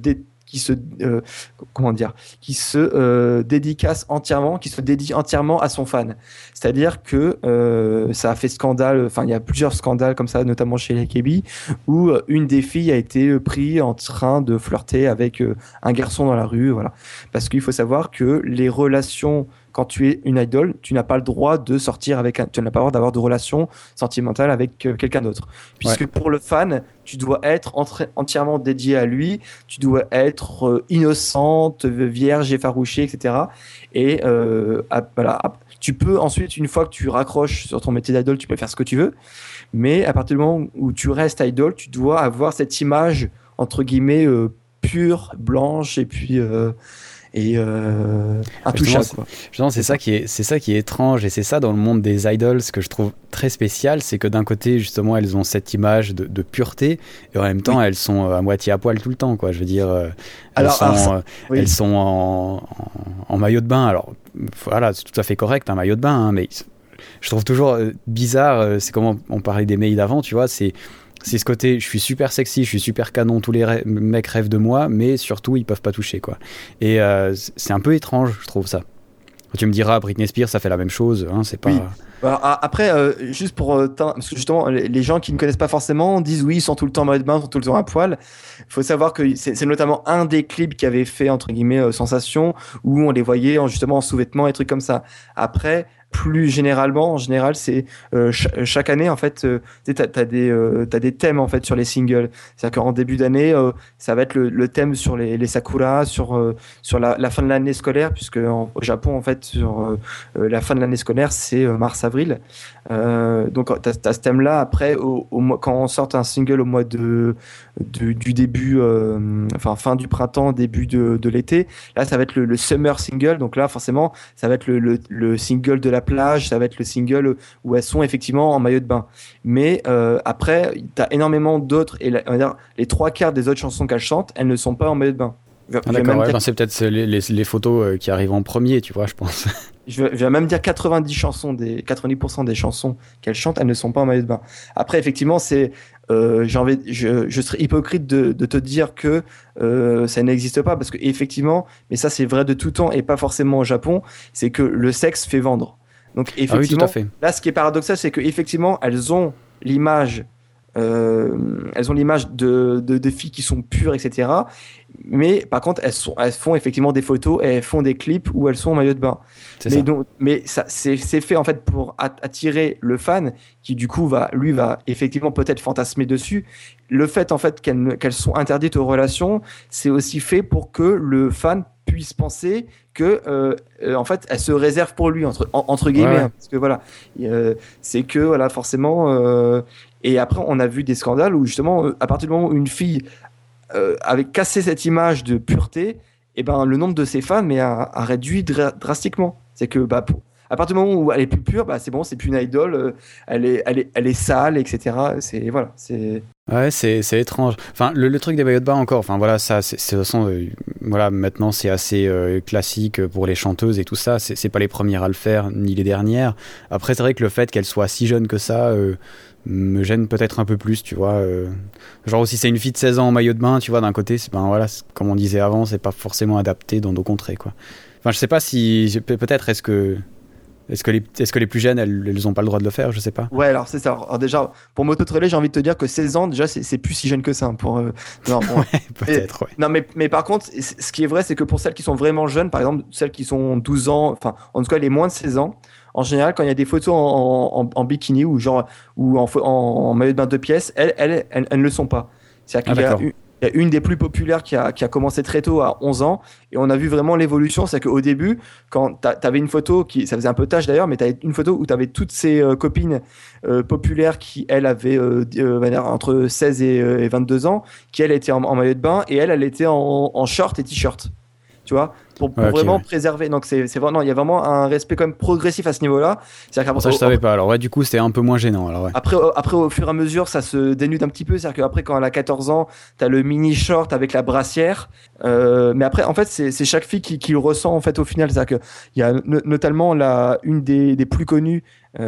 dédicace entièrement, qui se dédie entièrement à son fan. C'est-à-dire que ça a fait scandale. Enfin, il y a plusieurs scandales comme ça, notamment chez les AKB, où une des filles a été prise en train de flirter avec un garçon dans la rue. Voilà. Parce qu'il faut savoir que les relations, quand tu es une idole, tu n'as pas le droit de sortir tu n'as pas le droit d'avoir de relations sentimentales avec quelqu'un d'autre. Puisque pour le fan, tu dois être entièrement dédié à lui, tu dois être innocente, vierge, effarouchée, etc. Et voilà, tu peux ensuite, une fois que tu raccroches sur ton métier d'idole, tu peux faire ce que tu veux. Mais à partir du moment où tu restes idole, tu dois avoir cette image, entre guillemets, pure, blanche, et puis et intouchable. Justement, c'est ça qui est étrange, et c'est ça dans le monde des idols que je trouve très spécial, c'est que d'un côté justement elles ont cette image de pureté, et en même temps elles sont à moitié à poil tout le temps, quoi. Je veux dire, elles sont en maillot de bain. Alors voilà, c'est tout à fait correct un maillot de bain, hein, mais je trouve toujours bizarre, c'est comme on parlait des mails d'avant, tu vois, c'est ce côté, je suis super sexy, je suis super canon, tous les mecs rêvent de moi, mais surtout ils peuvent pas toucher, quoi. Et c'est un peu étrange, je trouve ça. Tu me diras, Britney Spears, ça fait la même chose, hein, c'est pas... Oui. Alors, après, juste pour... parce que justement, les gens qui ne connaissent pas forcément disent oui, ils sont tout le temps en maillot de bain, ils sont tout le temps à poil. Il faut savoir que c'est notamment un des clips qui avait fait, entre guillemets, sensation, où on les voyait justement en sous-vêtements et trucs comme ça. Après... Plus généralement, en général, c'est chaque année en fait, t'as des thèmes en fait sur les singles. C'est-à-dire qu'en début d'année, ça va être le thème sur les sakura, sur la fin de l'année scolaire, puisque au Japon en fait sur la fin de l'année scolaire c'est mars-avril. Donc t'as ce thème-là. Après, quand on sort un single au mois du début, fin du printemps, début de l'été, là ça va être le summer single. Donc là forcément, ça va être le single de la plage, ça va être le single où elles sont effectivement en maillot de bain. Mais après, t'as énormément d'autres, et on va dire, les 3/4 des autres chansons qu'elles chantent, elles ne sont pas en maillot de bain. D'accord, c'est peut-être les photos qui arrivent en premier, tu vois, je pense. Je vais même dire 90% des chansons qu'elles chantent, elles ne sont pas en maillot de bain. Après, effectivement, je serais hypocrite de te dire que ça n'existe pas, parce que effectivement, mais ça c'est vrai de tout temps et pas forcément au Japon, c'est que le sexe fait vendre. Donc effectivement, là, ce qui est paradoxal, c'est que effectivement, elles ont l'image de filles qui sont pures, etc. Mais par contre, elles font effectivement des photos et elles font des clips où elles sont en maillot de bain. Mais ça, c'est fait en fait pour attirer le fan qui du coup va effectivement peut-être fantasmer dessus. Le fait en fait qu'elles sont interdites aux relations, c'est aussi fait pour que le fan puisse penser que en fait elle se réserve pour lui entre guillemets, hein, parce que voilà, c'est que voilà forcément. Et après, on a vu des scandales où justement, à partir du moment où une fille avait cassé cette image de pureté, et ben le nombre de ses fans a réduit drastiquement. C'est que à partir du moment où elle est plus pure, c'est bon, c'est plus une idole, elle est sale, etc. Ouais, c'est étrange. Enfin, le truc des maillots de bain encore. Enfin voilà, ça, c'est de toute façon, voilà, maintenant c'est assez classique pour les chanteuses et tout ça. C'est pas les premières à le faire, ni les dernières. Après, c'est vrai que le fait qu'elle soit si jeune que ça me gêne peut-être un peu plus, tu vois. Genre si c'est une fille de 16 ans en maillot de bain, tu vois, d'un côté, voilà, comme on disait avant, c'est pas forcément adapté dans nos contrées, quoi. Enfin, je sais pas si peut-être est-ce que les plus jeunes, elles ont pas le droit de le faire, je sais pas. Ouais, alors c'est ça. Alors déjà, pour m'auto-troller, j'ai envie de te dire que 16 ans, déjà, c'est plus si jeune que ça. Ouais, peut-être, ouais. Non, mais par contre, ce qui est vrai, c'est que pour celles qui sont vraiment jeunes, par exemple, celles qui sont 12 ans, enfin, en tout cas, les moins de 16 ans, en général, quand il y a des photos en bikini ou en maillot de bain 2 pièces, elles ne le sont pas. C'est-à-dire qu'il y a une des plus populaires qui a commencé très tôt, à 11 ans, et on a vu vraiment l'évolution. C'est qu'au début, quand tu avais une photo ça faisait un peu tâche d'ailleurs, mais tu avais une photo où tu avais toutes ces copines populaires qui, elles, avaient entre 16 et 22 ans, qui, elles, étaient en maillot de bain, et elle était en short et t-shirt. Tu vois, pour vraiment préserver. Donc c'est vraiment, il y a vraiment un respect quand même progressif à ce niveau-là. C'est-à-dire ça, je savais pas. Alors ouais, du coup, c'était un peu moins gênant. Alors ouais. Après, au fur et à mesure, ça se dénude un petit peu. C'est-à-dire qu'après, quand elle a 14 ans, t'as le mini short avec la brassière. Mais après, en fait, c'est chaque fille qui le ressent en fait au final. C'est-à-dire que il y a notamment une des plus connues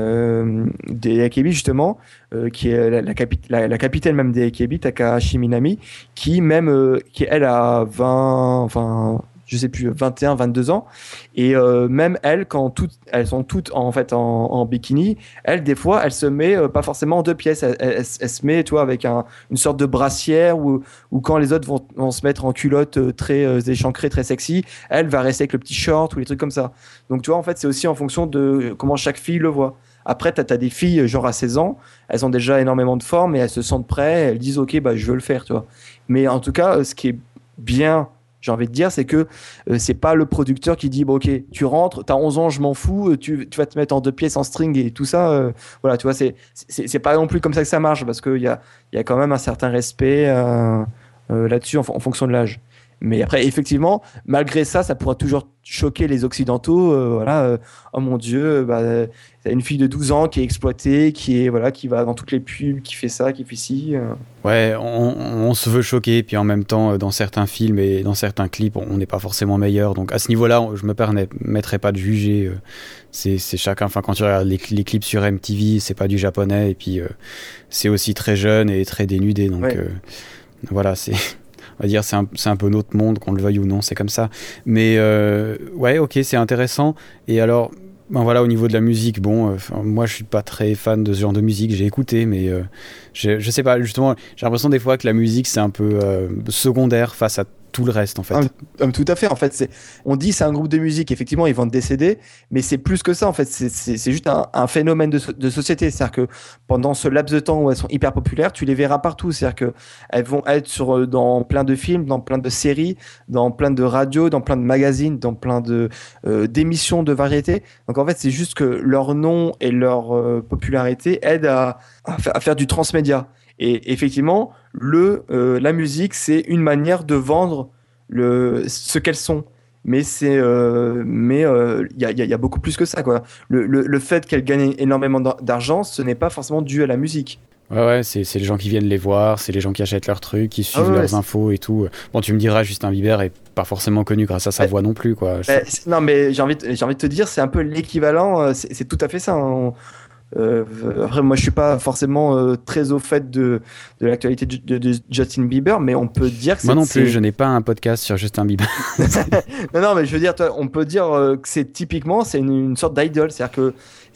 des AKB justement, qui est la capitaine même des AKB, Takahashi Minami, qui elle a 20, enfin je sais plus, 21, 22 ans, et même elle, quand elles sont toutes en fait en bikini, elle, des fois, elle se met pas forcément en 2 pièces, elle se met, tu vois, avec une sorte de brassière, ou quand les autres vont se mettre en culotte très échancrée, très sexy, elle va rester avec le petit short ou les trucs comme ça. Donc tu vois, en fait, c'est aussi en fonction de comment chaque fille le voit. Après, t'as des filles, genre à 16 ans, elles ont déjà énormément de forme et elles se sentent prêtes, elles disent ok, je veux le faire, tu vois. Mais en tout cas, ce qui est bien, j'ai envie de dire, c'est que c'est pas le producteur qui dit ok, tu rentres, t'as 11 ans, je m'en fous, tu vas te mettre en 2 pièces en string et tout ça. Voilà, tu vois, c'est pas non plus comme ça que ça marche, parce qu'il y a quand même un certain respect là-dessus en fonction de l'âge. Mais après, effectivement, malgré ça, ça pourra toujours choquer les Occidentaux. Oh mon Dieu, t'as une fille de 12 ans qui est exploitée, qui va dans toutes les pubs, qui fait ça, qui fait ci. Ouais, on se veut choquer, puis en même temps, dans certains films et dans certains clips, on n'est pas forcément meilleur. Donc à ce niveau-là, je me permettrai pas de juger. C'est chacun. Enfin, quand tu regardes les clips sur MTV, c'est pas du japonais, et puis c'est aussi très jeune et très dénudé. Donc voilà, c'est. On va dire c'est un peu notre monde, qu'on le veuille ou non, c'est comme ça. Mais ouais, ok, c'est intéressant. Et alors, voilà, au niveau de la musique, moi je suis pas très fan de ce genre de musique. J'ai écouté, mais je sais pas, justement, j'ai l'impression des fois que la musique c'est un peu secondaire face à tout le reste en fait. Tout à fait, en fait, on dit c'est un groupe de musique, effectivement ils vendent des CD, mais c'est plus que ça en fait, c'est juste un phénomène de société, c'est-à-dire que pendant ce laps de temps où elles sont hyper populaires, tu les verras partout, c'est-à-dire qu'elles vont être dans plein de films, dans plein de séries, dans plein de radios, dans plein de magazines, dans plein d'émissions de variété. Donc en fait c'est juste que leur nom et leur popularité aident à faire du transmédia. Et effectivement, la musique, c'est une manière de vendre ce qu'elles sont. Mais il y a beaucoup plus que ça, quoi. Le fait qu'elles gagnent énormément d'argent, ce n'est pas forcément dû à la musique. Ouais, c'est les gens qui viennent les voir, c'est les gens qui achètent leurs trucs, qui suivent leurs infos et tout. Bon, tu me diras, Justin Bieber est pas forcément connu grâce à sa voix non plus, quoi. Non, mais j'ai envie de te dire, c'est un peu l'équivalent, c'est tout à fait ça, hein. Après, moi, je suis pas forcément très au fait de l'actualité de Justin Bieber, mais on peut dire que moi non plus, je n'ai pas un podcast sur Justin Bieber. non, mais je veux dire, on peut dire que c'est une sorte d'idole, c'est-à-dire que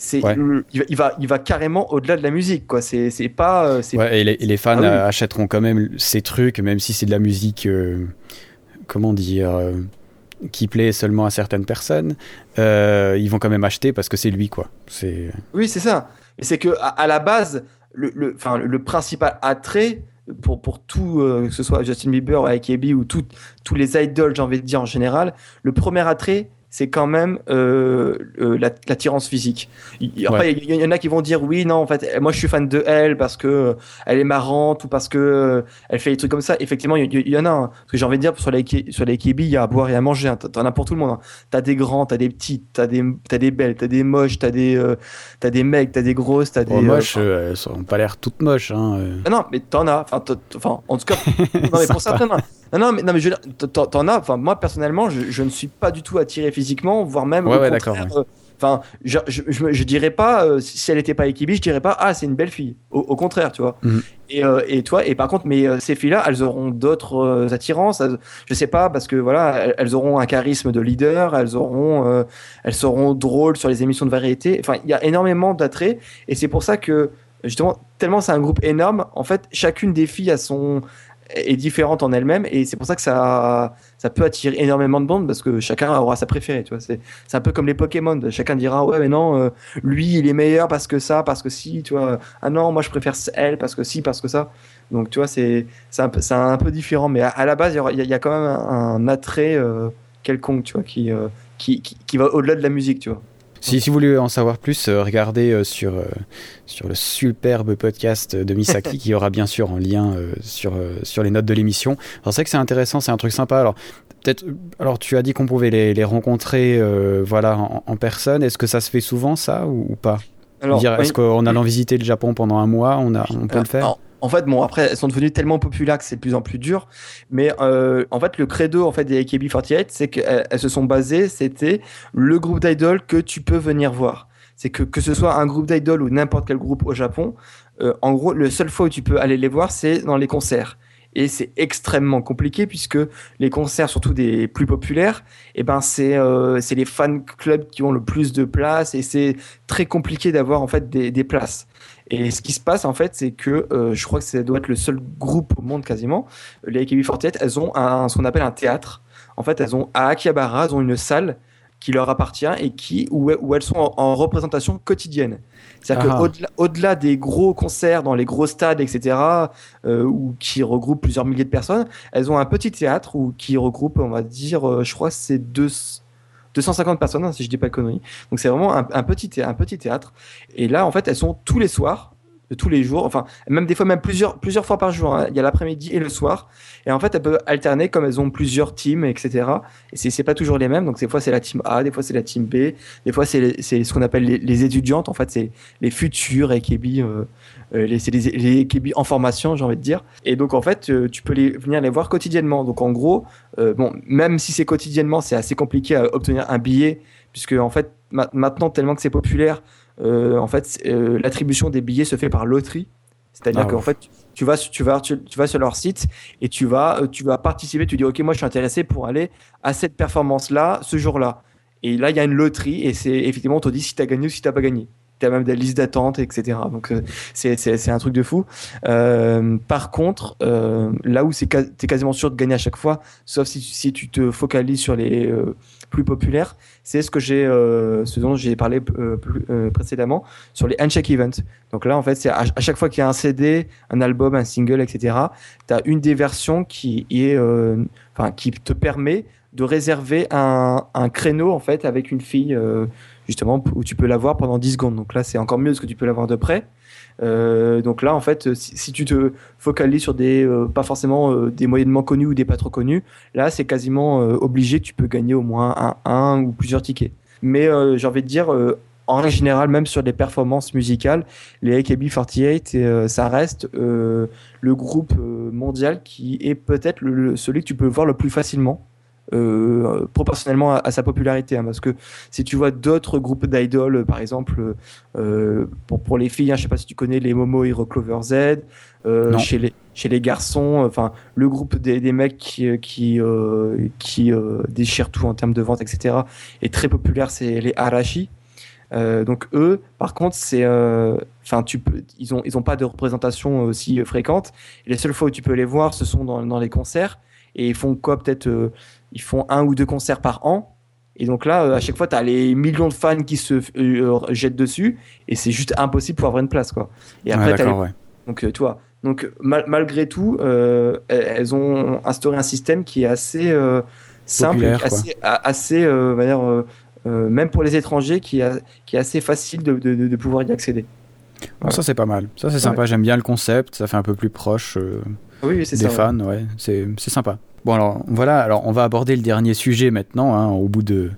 il va carrément au-delà de la musique, quoi. C'est pas. Ouais, et les fans achèteront quand même ces trucs, même si c'est de la musique. Comment dire qui plaît seulement à certaines personnes, ils vont quand même acheter parce que c'est lui, quoi. Oui, c'est ça. C'est que à la base, le principal attrait pour tout, que ce soit Justin Bieber, AKB ou tous les idoles, j'ai envie de dire en général, le premier attrait, c'est quand même l'attirance physique. Après, il y en a qui vont dire oui, non, en fait, moi je suis fan de elle parce que elle est marrante ou parce que elle fait des trucs comme ça. Effectivement, il y en a. Hein. Parce que j'ai envie de dire sur les AKB, il y a à boire et à manger. Hein. T'en as pour tout le monde. Hein. T'as des grands, t'as des petits, t'as des belles, t'as des moches, t'as des mecs, t'as des grosses, t'as des. Moches, elles ont pas l'air toutes moches. Hein. Non, mais t'en as. Enfin, en tout cas, non, mais pour certains. Non, mais je veux dire, t'en as. Enfin, moi personnellement, je ne suis pas du tout attiré physiquement, voire même. Ouais, d'accord. Enfin, je dirais pas si elle n'était pas AKB, je dirais pas c'est une belle fille. Au contraire, tu vois. Mm-hmm. Et par contre, ces filles-là, elles auront d'autres attirances. Je sais pas parce que voilà, elles auront un charisme de leader, elles seront drôles sur les émissions de variété. Enfin, il y a énormément d'attraits et c'est pour ça que justement, tellement c'est un groupe énorme. En fait, chacune des filles est différente en elle-même et c'est pour ça que ça peut attirer énormément de monde parce que chacun aura sa préférée, tu vois. C'est un peu comme les Pokémon, chacun dira ouais mais non lui il est meilleur parce que si, tu vois. Ah non, moi je préfère elle parce que si, parce que ça. Donc tu vois, c'est un peu différent mais à la base il y a quand même un attrait quelconque, tu vois, qui va au-delà de la musique, tu vois. Si vous voulez en savoir plus, regardez sur le superbe podcast de Misaki qui aura bien sûr en lien sur les notes de l'émission. Alors c'est vrai que c'est intéressant, c'est un truc sympa. Alors tu as dit qu'on pouvait les rencontrer en personne. Est-ce que ça se fait souvent ça ou pas? Est-ce qu'en allant visiter le Japon pendant un mois, on peut le faire? En fait, bon, après, elles sont devenues tellement populaires que c'est de plus en plus dur. Mais en fait, le credo en fait, des AKB48, c'est qu'elles se sont basées, c'était le groupe d'idoles que tu peux venir voir. C'est que ce soit un groupe d'idoles ou n'importe quel groupe au Japon, en gros, le seul fois où tu peux aller les voir, c'est dans les concerts. Et c'est extrêmement compliqué puisque les concerts, surtout des plus populaires, c'est les fan clubs qui ont le plus de places et c'est très compliqué d'avoir en fait des places. Et ce qui se passe en fait, c'est que je crois que ça doit être le seul groupe au monde quasiment. Les AKB48, elles ont ce qu'on appelle un théâtre. En fait, à Akihabara, elles ont une salle qui leur appartient et où elles sont en représentation quotidienne. C'est-à-dire qu'au-delà des gros concerts dans les gros stades, etc., qui regroupent plusieurs milliers de personnes, elles ont un petit théâtre qui regroupe, on va dire, je crois que c'est 250 personnes, hein, si je dis pas de conneries. Donc c'est vraiment un petit théâtre. Et là, en fait, elles sont tous les soirs, de tous les jours, enfin même des fois même plusieurs fois par jour, hein. Il y a l'après-midi et le soir, et en fait elles peuvent alterner comme elles ont plusieurs teams, etc. Et c'est pas toujours les mêmes, donc des fois c'est la team A, des fois c'est la team B, des fois c'est ce qu'on appelle les étudiantes, en fait c'est les futurs AKB, c'est les AKB en formation, j'ai envie de dire. Et donc en fait tu peux venir les voir quotidiennement. Donc en gros, bon, même si c'est quotidiennement, c'est assez compliqué à obtenir un billet, puisque en fait maintenant tellement que c'est populaire, en fait, l'attribution des billets se fait par loterie. C'est-à-dire qu'en fait, tu vas sur leur site et tu vas participer. Tu dis, OK, moi, je suis intéressé pour aller à cette performance-là, ce jour-là. Et là, il y a une loterie et c'est effectivement, on te dit si tu as gagné ou si tu n'as pas gagné. Tu as même des listes d'attente, etc. Donc, c'est un truc de fou. Par contre, là où tu es quasiment sûr de gagner à chaque fois, sauf si tu te focalises sur les plus populaires, c'est ce dont j'ai parlé précédemment sur les handshake events. Donc là, en fait, c'est à chaque fois qu'il y a un CD, un album, un single, etc., tu as une des versions qui te permet de réserver un créneau, en fait, avec une fille, justement, où tu peux la voir pendant 10 secondes. Donc là, c'est encore mieux parce que tu peux la voir de près. Donc là, en fait, si tu te focalises sur pas forcément des moyennement connus ou des pas trop connus, là, c'est quasiment obligé que tu peux gagner au moins un ou plusieurs tickets. Mais j'ai envie de dire, en règle générale, même sur les performances musicales, les AKB48, ça reste le groupe mondial qui est peut-être celui que tu peux voir le plus facilement. Proportionnellement à sa popularité, hein, parce que si tu vois d'autres groupes d'idoles, par exemple pour les filles, hein, je sais pas si tu connais les Momo Hero Clover Z, chez les garçons, enfin le groupe des mecs qui déchirent tout en termes de vente, etc., est très populaire, c'est les Arashi. Donc eux, par contre, ils ont pas de représentation aussi fréquente. Et les seules fois où tu peux les voir, ce sont dans les concerts. Et ils font quoi, peut-être ils font 1 ou 2 concerts par an. Et donc là, à chaque fois, tu as les millions de fans qui se jettent dessus. Et c'est juste impossible pour avoir une place, quoi. Et après, donc, tu vois. Donc, malgré tout, elles ont instauré un système qui est assez simple, populaire, assez on va dire, même pour les étrangers, qui est assez facile de pouvoir y accéder. Voilà. Ça, c'est pas mal. Ça, c'est sympa. J'aime bien le concept. Ça fait un peu plus proche des fans. Ouais. C'est sympa. Bon, alors, voilà. Alors, on va aborder le dernier sujet maintenant, hein, au bout de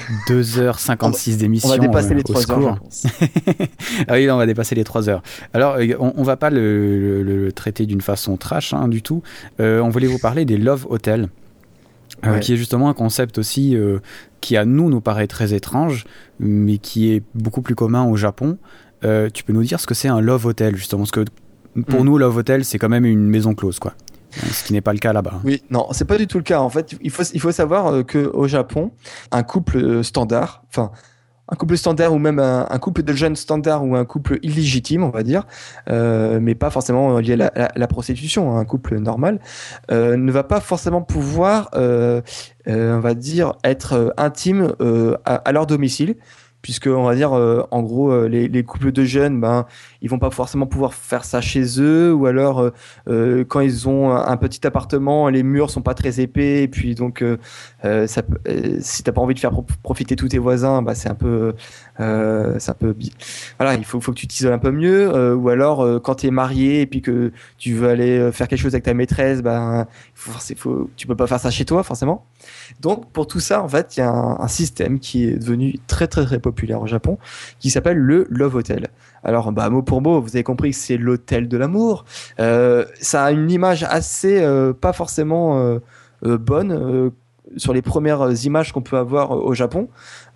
2h56 d'émission. On va dépasser les 3 heures, je pense. Ah oui, là, on va dépasser les 3 heures. Alors, on va pas le traiter d'une façon trash, hein, du tout. On voulait vous parler des Love Hotels. Qui est justement un concept aussi qui à nous paraît très étrange, mais qui est beaucoup plus commun au Japon. Tu peux nous dire ce que c'est un Love Hotel, justement, parce que pour nous, Love Hotel, c'est quand même une maison close, quoi. Ce qui n'est pas le cas là-bas. Oui, non, c'est pas du tout le cas. En fait, il faut savoir qu'au Japon, un couple standard, ou même un couple de jeunes standards ou un couple illégitime, on va dire, mais pas forcément lié à la prostitution, un couple normal, ne va pas forcément pouvoir, on va dire, être intime à leur domicile. Puisque on va dire en gros les couples de jeunes, ils vont pas forcément pouvoir faire ça chez eux, ou alors quand ils ont un petit appartement, les murs sont pas très épais, et puis donc si t'as pas envie de faire profiter tous tes voisins, c'est un peu voilà, il faut que tu t'isoles un peu mieux, ou alors quand tu es marié et puis que tu veux aller faire quelque chose avec ta maîtresse, tu peux pas faire ça chez toi forcément. Donc pour tout ça, en fait, il y a un système qui est devenu très très très populaire au Japon, qui s'appelle le Love Hotel. Alors mot pour mot, vous avez compris que c'est l'hôtel de l'amour. Ça a une image assez pas forcément bonne sur les premières images qu'on peut avoir au Japon,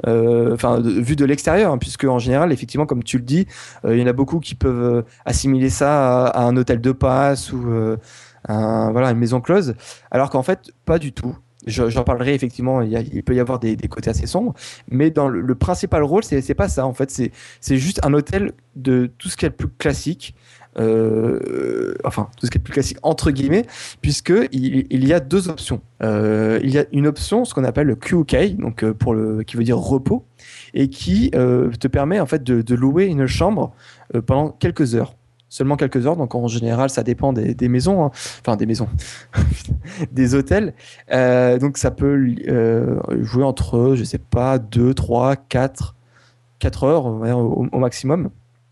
vu de l'extérieur, hein, puisque en général, effectivement, comme tu le dis, il y en a beaucoup qui peuvent assimiler ça à un hôtel de passe ou une maison close, alors qu'en fait, pas du tout. J'en parlerai effectivement, il peut y avoir des côtés assez sombres, mais dans le principal rôle, c'est pas ça en fait, c'est juste un hôtel de tout ce qui est le plus classique, tout ce qui est le plus classique entre guillemets, puisque il y a 2 options. Il y a une option, ce qu'on appelle le QK, donc qui veut dire repos, et qui te permet en fait de louer une chambre pendant quelques heures. Seulement quelques heures, donc en général ça dépend des maisons, hein. Enfin des maisons, des hôtels, donc ça peut jouer entre, je sais pas, 2, 3, 4 heures au maximum.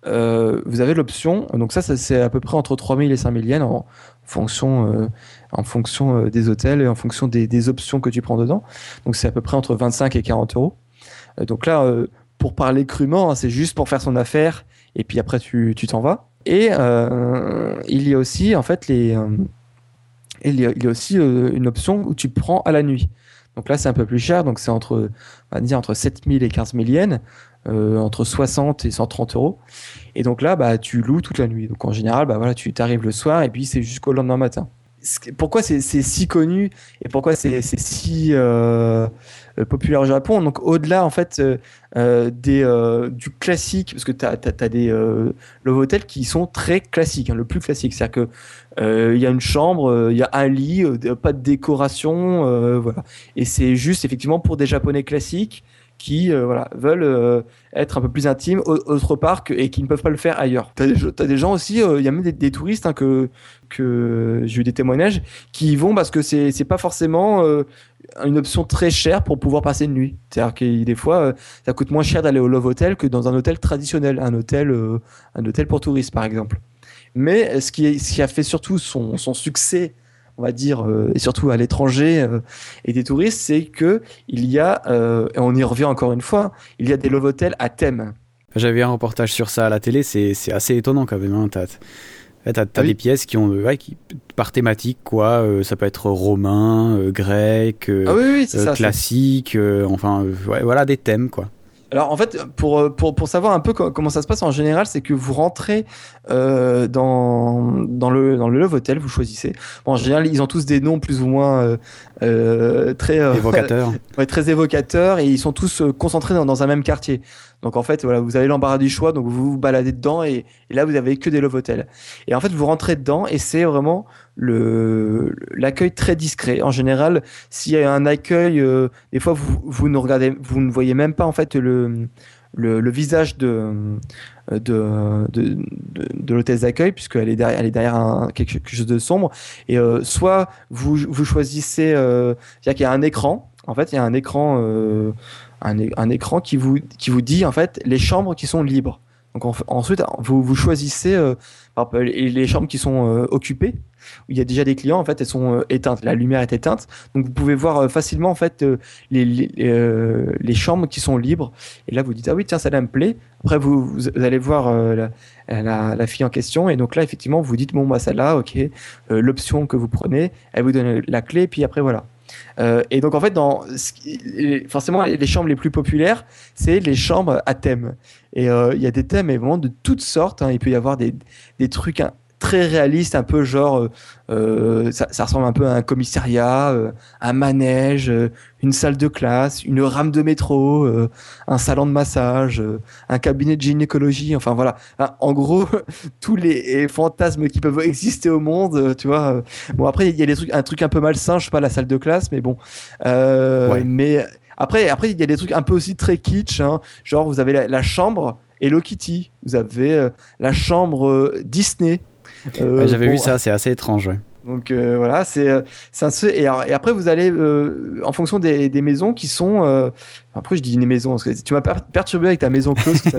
vous avez l'option, donc ça c'est à peu près entre 3000 et 5000 yens en fonction des hôtels et en fonction des options que tu prends dedans. Donc c'est à peu près entre 25 et 40 euros. Donc là, pour parler crûment, hein, c'est juste pour faire son affaire et puis après tu t'en vas. Et il y a aussi en fait il y a aussi une option où tu prends à la nuit. Donc là c'est un peu plus cher, donc c'est on va dire entre 7000 et 15 000 yens, entre 60 et 130 euros. Et donc là bah tu loues toute la nuit. Donc en général bah voilà, tu t'arrives le soir et puis c'est jusqu'au lendemain matin. Pourquoi c'est si connu et pourquoi c'est si populaire au Japon? Donc au-delà en fait du classique, parce que t'as des love hotels qui sont très classiques, hein, le plus classique, c'est-à-dire que il y a une chambre, il y a un lit, pas de décoration, voilà. Et c'est juste effectivement pour des Japonais classiques qui voilà, veulent être un peu plus intimes autre part et qui ne peuvent pas le faire ailleurs. T'as des gens aussi, il y a même des touristes hein, que j'ai eu des témoignages qui y vont parce que c'est pas forcément une option très chère pour pouvoir passer une nuit. C'est-à-dire que des fois, ça coûte moins cher d'aller au Love Hotel que dans un hôtel traditionnel, un hôtel pour touristes par exemple. Mais ce qui a fait surtout son succès, on va dire, et surtout à l'étranger et des touristes, c'est que il y a, et on y revient encore une fois, il y a des love hotels à thème. J'avais un reportage sur ça à la télé, c'est assez étonnant quand même. Hein. T'as des pièces qui ont qui, par thématique, quoi. Ça peut être romain, grec, classique, voilà des thèmes, quoi. Alors en fait, pour savoir un peu comment ça se passe en général, c'est que vous rentrez dans le Love Hotel, vous choisissez. Bon, en général, ils ont tous des noms plus ou moins très évocateurs. Ouais, très évocateurs, et ils sont tous concentrés dans un même quartier. Donc en fait, voilà, vous avez l'embarras du choix, donc vous vous baladez dedans et là vous avez que des Love Hotels. Et en fait, vous rentrez dedans et c'est vraiment l'accueil très discret. En général, s'il y a un accueil, des fois vous ne voyez même pas en fait le visage de l'hôtesse d'accueil, puisqu'elle est derrière quelque chose de sombre. Et soit vous choisissez, c'est-à-dire qu'il y a un écran. En fait, il y a un écran qui vous dit en fait les chambres qui sont libres. Donc ensuite, vous choisissez les chambres qui sont occupées, où il y a déjà des clients. En fait, elles sont éteintes, la lumière est éteinte, donc vous pouvez voir facilement en fait les chambres qui sont libres. Et là, vous dites ah oui tiens, celle-là me plaît. Après, vous allez voir la fille en question, et donc là effectivement vous dites bon bah celle-là, ok, l'option que vous prenez, elle vous donne la clé, puis après voilà. Et donc en fait, forcément les chambres les plus populaires, c'est les chambres à thème. Et il y a des thèmes vraiment de toutes sortes. Hein. Il peut y avoir des trucs très réalistes, un peu genre ça ressemble un peu à un commissariat, un manège, une salle de classe, une rame de métro, un salon de massage, un cabinet de gynécologie. Enfin voilà. En gros, tous les fantasmes qui peuvent exister au monde, tu vois. Bon après il y a un truc un peu malsain, je sais pas, la salle de classe, mais bon. Ouais. Mais après il y a des trucs un peu aussi très kitsch, hein. Genre vous avez la chambre Hello Kitty, vous avez la chambre Disney. J'avais vu ça, c'est assez étrange. Ouais. Donc voilà, c'est et après vous allez en fonction des maisons qui sont après je dis une maison parce que tu m'as perturbé avec ta maison close tout à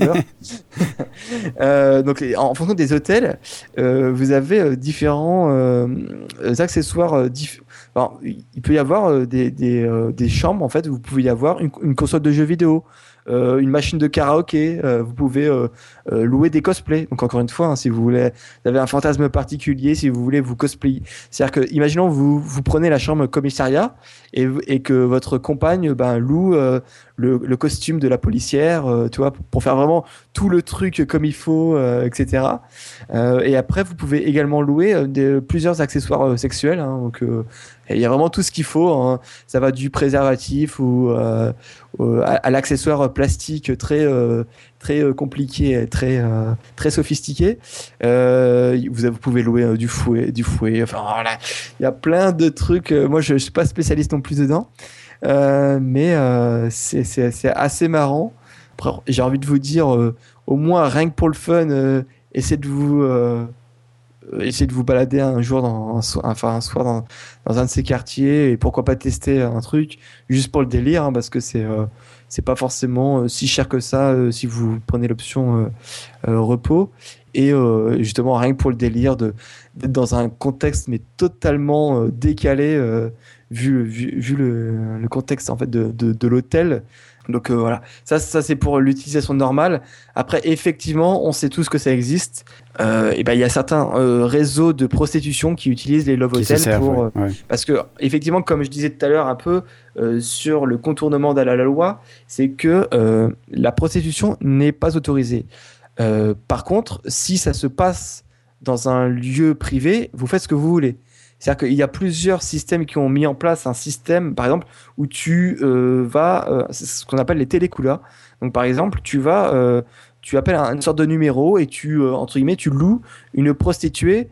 l'heure. Donc en fonction des hôtels, vous avez différents accessoires. Alors, il peut y avoir des chambres en fait, vous pouvez y avoir une console de jeux vidéo. Une machine de karaoké, vous pouvez louer des cosplays. Donc encore une fois, hein, si vous avez un fantasme particulier, si vous voulez vous cosplayer, c'est-à-dire que imaginons vous prenez la chambre commissariat et que votre compagne loue le costume de la policière, tu vois, pour faire vraiment tout le truc comme il faut, etc. Et après vous pouvez également louer plusieurs accessoires sexuels, hein, donc il y a vraiment tout ce qu'il faut, hein. Ça va du préservatif à l'accessoire plastique très compliqué, très sophistiqué. Vous pouvez louer du fouet. Enfin voilà, il y a plein de trucs. Moi, je suis pas spécialiste non plus dedans, mais c'est assez marrant. Après, j'ai envie de vous dire, au moins rien que pour le fun, essayez de essayez de vous balader un jour un soir dans un de ces quartiers et pourquoi pas tester un truc juste pour le délire, hein, parce que c'est pas forcément si cher que ça si vous prenez l'option repos. Et justement, rien que pour le délire d'être dans un contexte mais totalement décalé vu le contexte en fait de l'hôtel. Donc voilà, ça c'est pour l'utilisation normale. Après, effectivement, on sait tous que ça existe. Et ben il y a certains réseaux de prostitution qui utilisent les love hotels pour parce que effectivement, comme je disais tout à l'heure un peu sur le contournement de la loi, c'est que la prostitution n'est pas autorisée. Par contre, si ça se passe dans un lieu privé, vous faites ce que vous voulez. C'est-à-dire qu'il y a plusieurs systèmes qui ont mis en place un système, par exemple, où tu c'est ce qu'on appelle les télécoulas. Donc, par exemple, tu appelles une sorte de numéro et entre guillemets, tu loues une prostituée,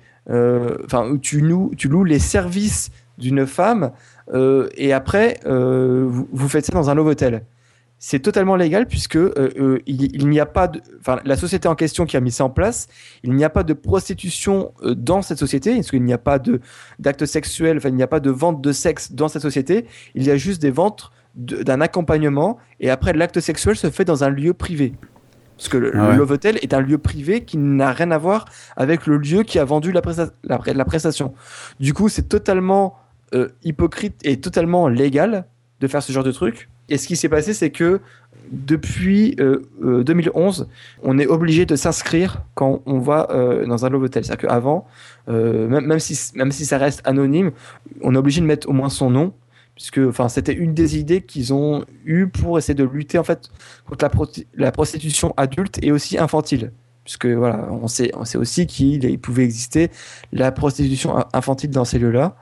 où tu loues les services d'une femme, et après, vous faites ça dans un love hotel. C'est totalement légal puisque il n'y a pas la société en question qui a mis ça en place, il n'y a pas de prostitution dans cette société, parce qu'il n'y a pas d'actes sexuels, il n'y a pas de vente de sexe dans cette société, il y a juste des ventes d'un accompagnement et après l'acte sexuel se fait dans un lieu privé. Parce que le Love Hotel est un lieu privé qui n'a rien à voir avec le lieu qui a vendu la prestation. Du coup, c'est totalement hypocrite et totalement légal de faire ce genre de truc. Et ce qui s'est passé, c'est que depuis 2011, on est obligé de s'inscrire quand on va dans un love hotel. C'est-à-dire qu'avant, même si ça reste anonyme, on est obligé de mettre au moins son nom, puisque c'était une des idées qu'ils ont eues pour essayer de lutter en fait contre la prostitution adulte et aussi infantile. Puisque voilà, on sait aussi qu'il pouvait exister la prostitution infantile dans ces lieux-là,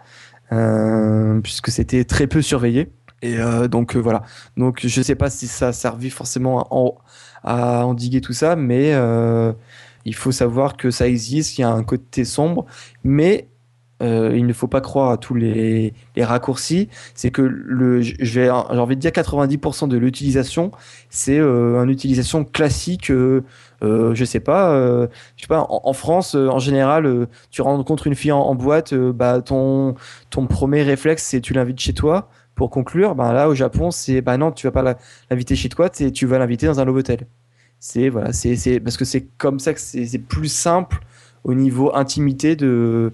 puisque c'était très peu surveillé. Et donc voilà. Donc je sais pas si ça a servi forcément à endiguer tout ça, mais il faut savoir que ça existe, il y a un côté sombre, mais il ne faut pas croire à tous les raccourcis. C'est que j'ai envie de dire 90% de l'utilisation, c'est une utilisation classique. Je sais pas, en France, en général, tu rencontres une fille en boîte, ton premier réflexe, c'est tu l'invites chez toi. Pour conclure, là au Japon, c'est non, tu vas pas l'inviter chez toi, tu vas l'inviter dans un love hotel. C'est parce que c'est comme ça que c'est plus simple au niveau intimité de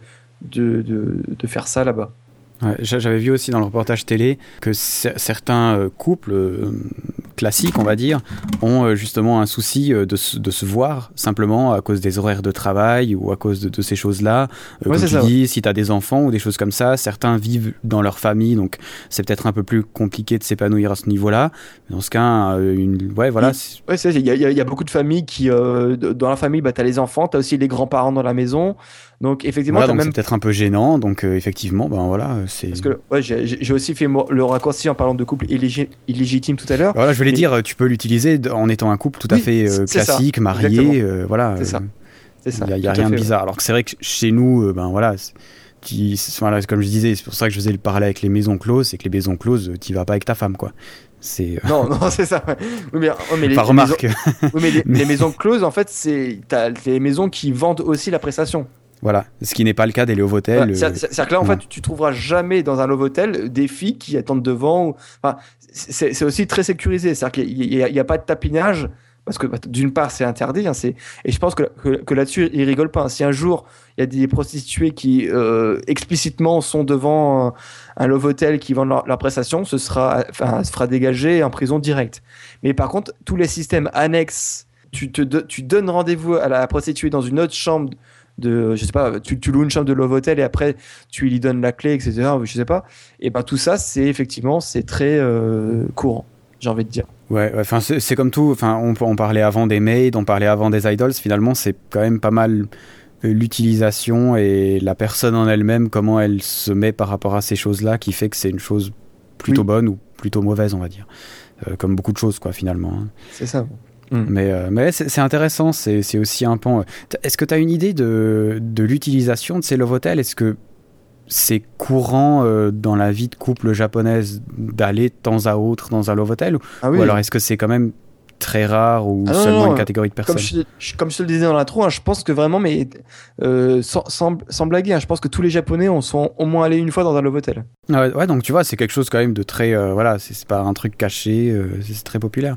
faire ça là-bas. Ouais, j'avais vu aussi dans le reportage télé que certains couples classiques, on va dire, ont justement un souci de se voir simplement à cause des horaires de travail ou à cause de ces choses-là. Comme tu dis, si tu as des enfants ou des choses comme ça, certains vivent dans leur famille, donc c'est peut-être un peu plus compliqué de s'épanouir à ce niveau-là. Dans ce cas, voilà. Il y a beaucoup de familles qui, dans la famille, tu as les enfants, tu as aussi les grands-parents dans la maison. Donc effectivement, voilà, donc c'est peut-être un peu gênant. Donc effectivement, c'est. Parce que j'ai aussi fait le raccourci en parlant de couple illégitime tout à l'heure. Voilà, je voulais dire, tu peux l'utiliser en étant un couple tout à fait classique, ça, marié, voilà. C'est ça. C'est ça. Il y a rien de bizarre. Alors que c'est vrai que chez nous, voilà, comme je disais, c'est pour ça que je faisais le parallèle avec les maisons closes, c'est que les maisons closes, t'y vas pas avec ta femme, quoi. Non, c'est ça. Oui, mais remarque. Les maisons closes, en fait, t'as les maisons qui vendent aussi la prestation. Voilà, ce qui n'est pas le cas des love hotels. C'est-à-dire que là, en fait, tu trouveras jamais dans un love hotel des filles qui attendent devant. C'est aussi très sécurisé. C'est-à-dire qu'il n'y a pas de tapinage, parce que d'une part, c'est interdit. Et je pense que là-dessus, ils rigolent pas. Si un jour, il y a des prostituées qui explicitement sont devant un love hotel qui vendent leur prestation, se fera dégager en prison directe. Mais par contre, tous les systèmes annexes, tu donnes rendez-vous à la prostituée dans une autre chambre je sais pas, tu loues une chambre de love hotel et après tu lui donnes la clé, etc. Je sais pas. Et tout ça, c'est très courant, j'ai envie de dire. Ouais, c'est comme tout. On parlait avant des maids, on parlait avant des idols. Finalement, c'est quand même pas mal l'utilisation et la personne en elle-même, comment elle se met par rapport à ces choses-là, qui fait que c'est une chose plutôt bonne ou plutôt mauvaise, on va dire. Comme beaucoup de choses, quoi, finalement. Hein. C'est ça. Mais c'est intéressant, c'est aussi un pan. Est-ce que tu as une idée de l'utilisation de ces love hotels ? Est-ce que c'est courant dans la vie de couple japonaise d'aller de temps à autre dans un love hotel ? Ou alors est-ce que c'est quand même très rare ou seulement une catégorie de personnes. Comme je te le disais dans l'intro, hein, je pense que vraiment, mais sans blaguer, hein, je pense que tous les Japonais sont au moins allés une fois dans un Love Hotel. Ouais, donc tu vois, c'est quelque chose quand même de très... voilà, c'est pas un truc caché, c'est très populaire.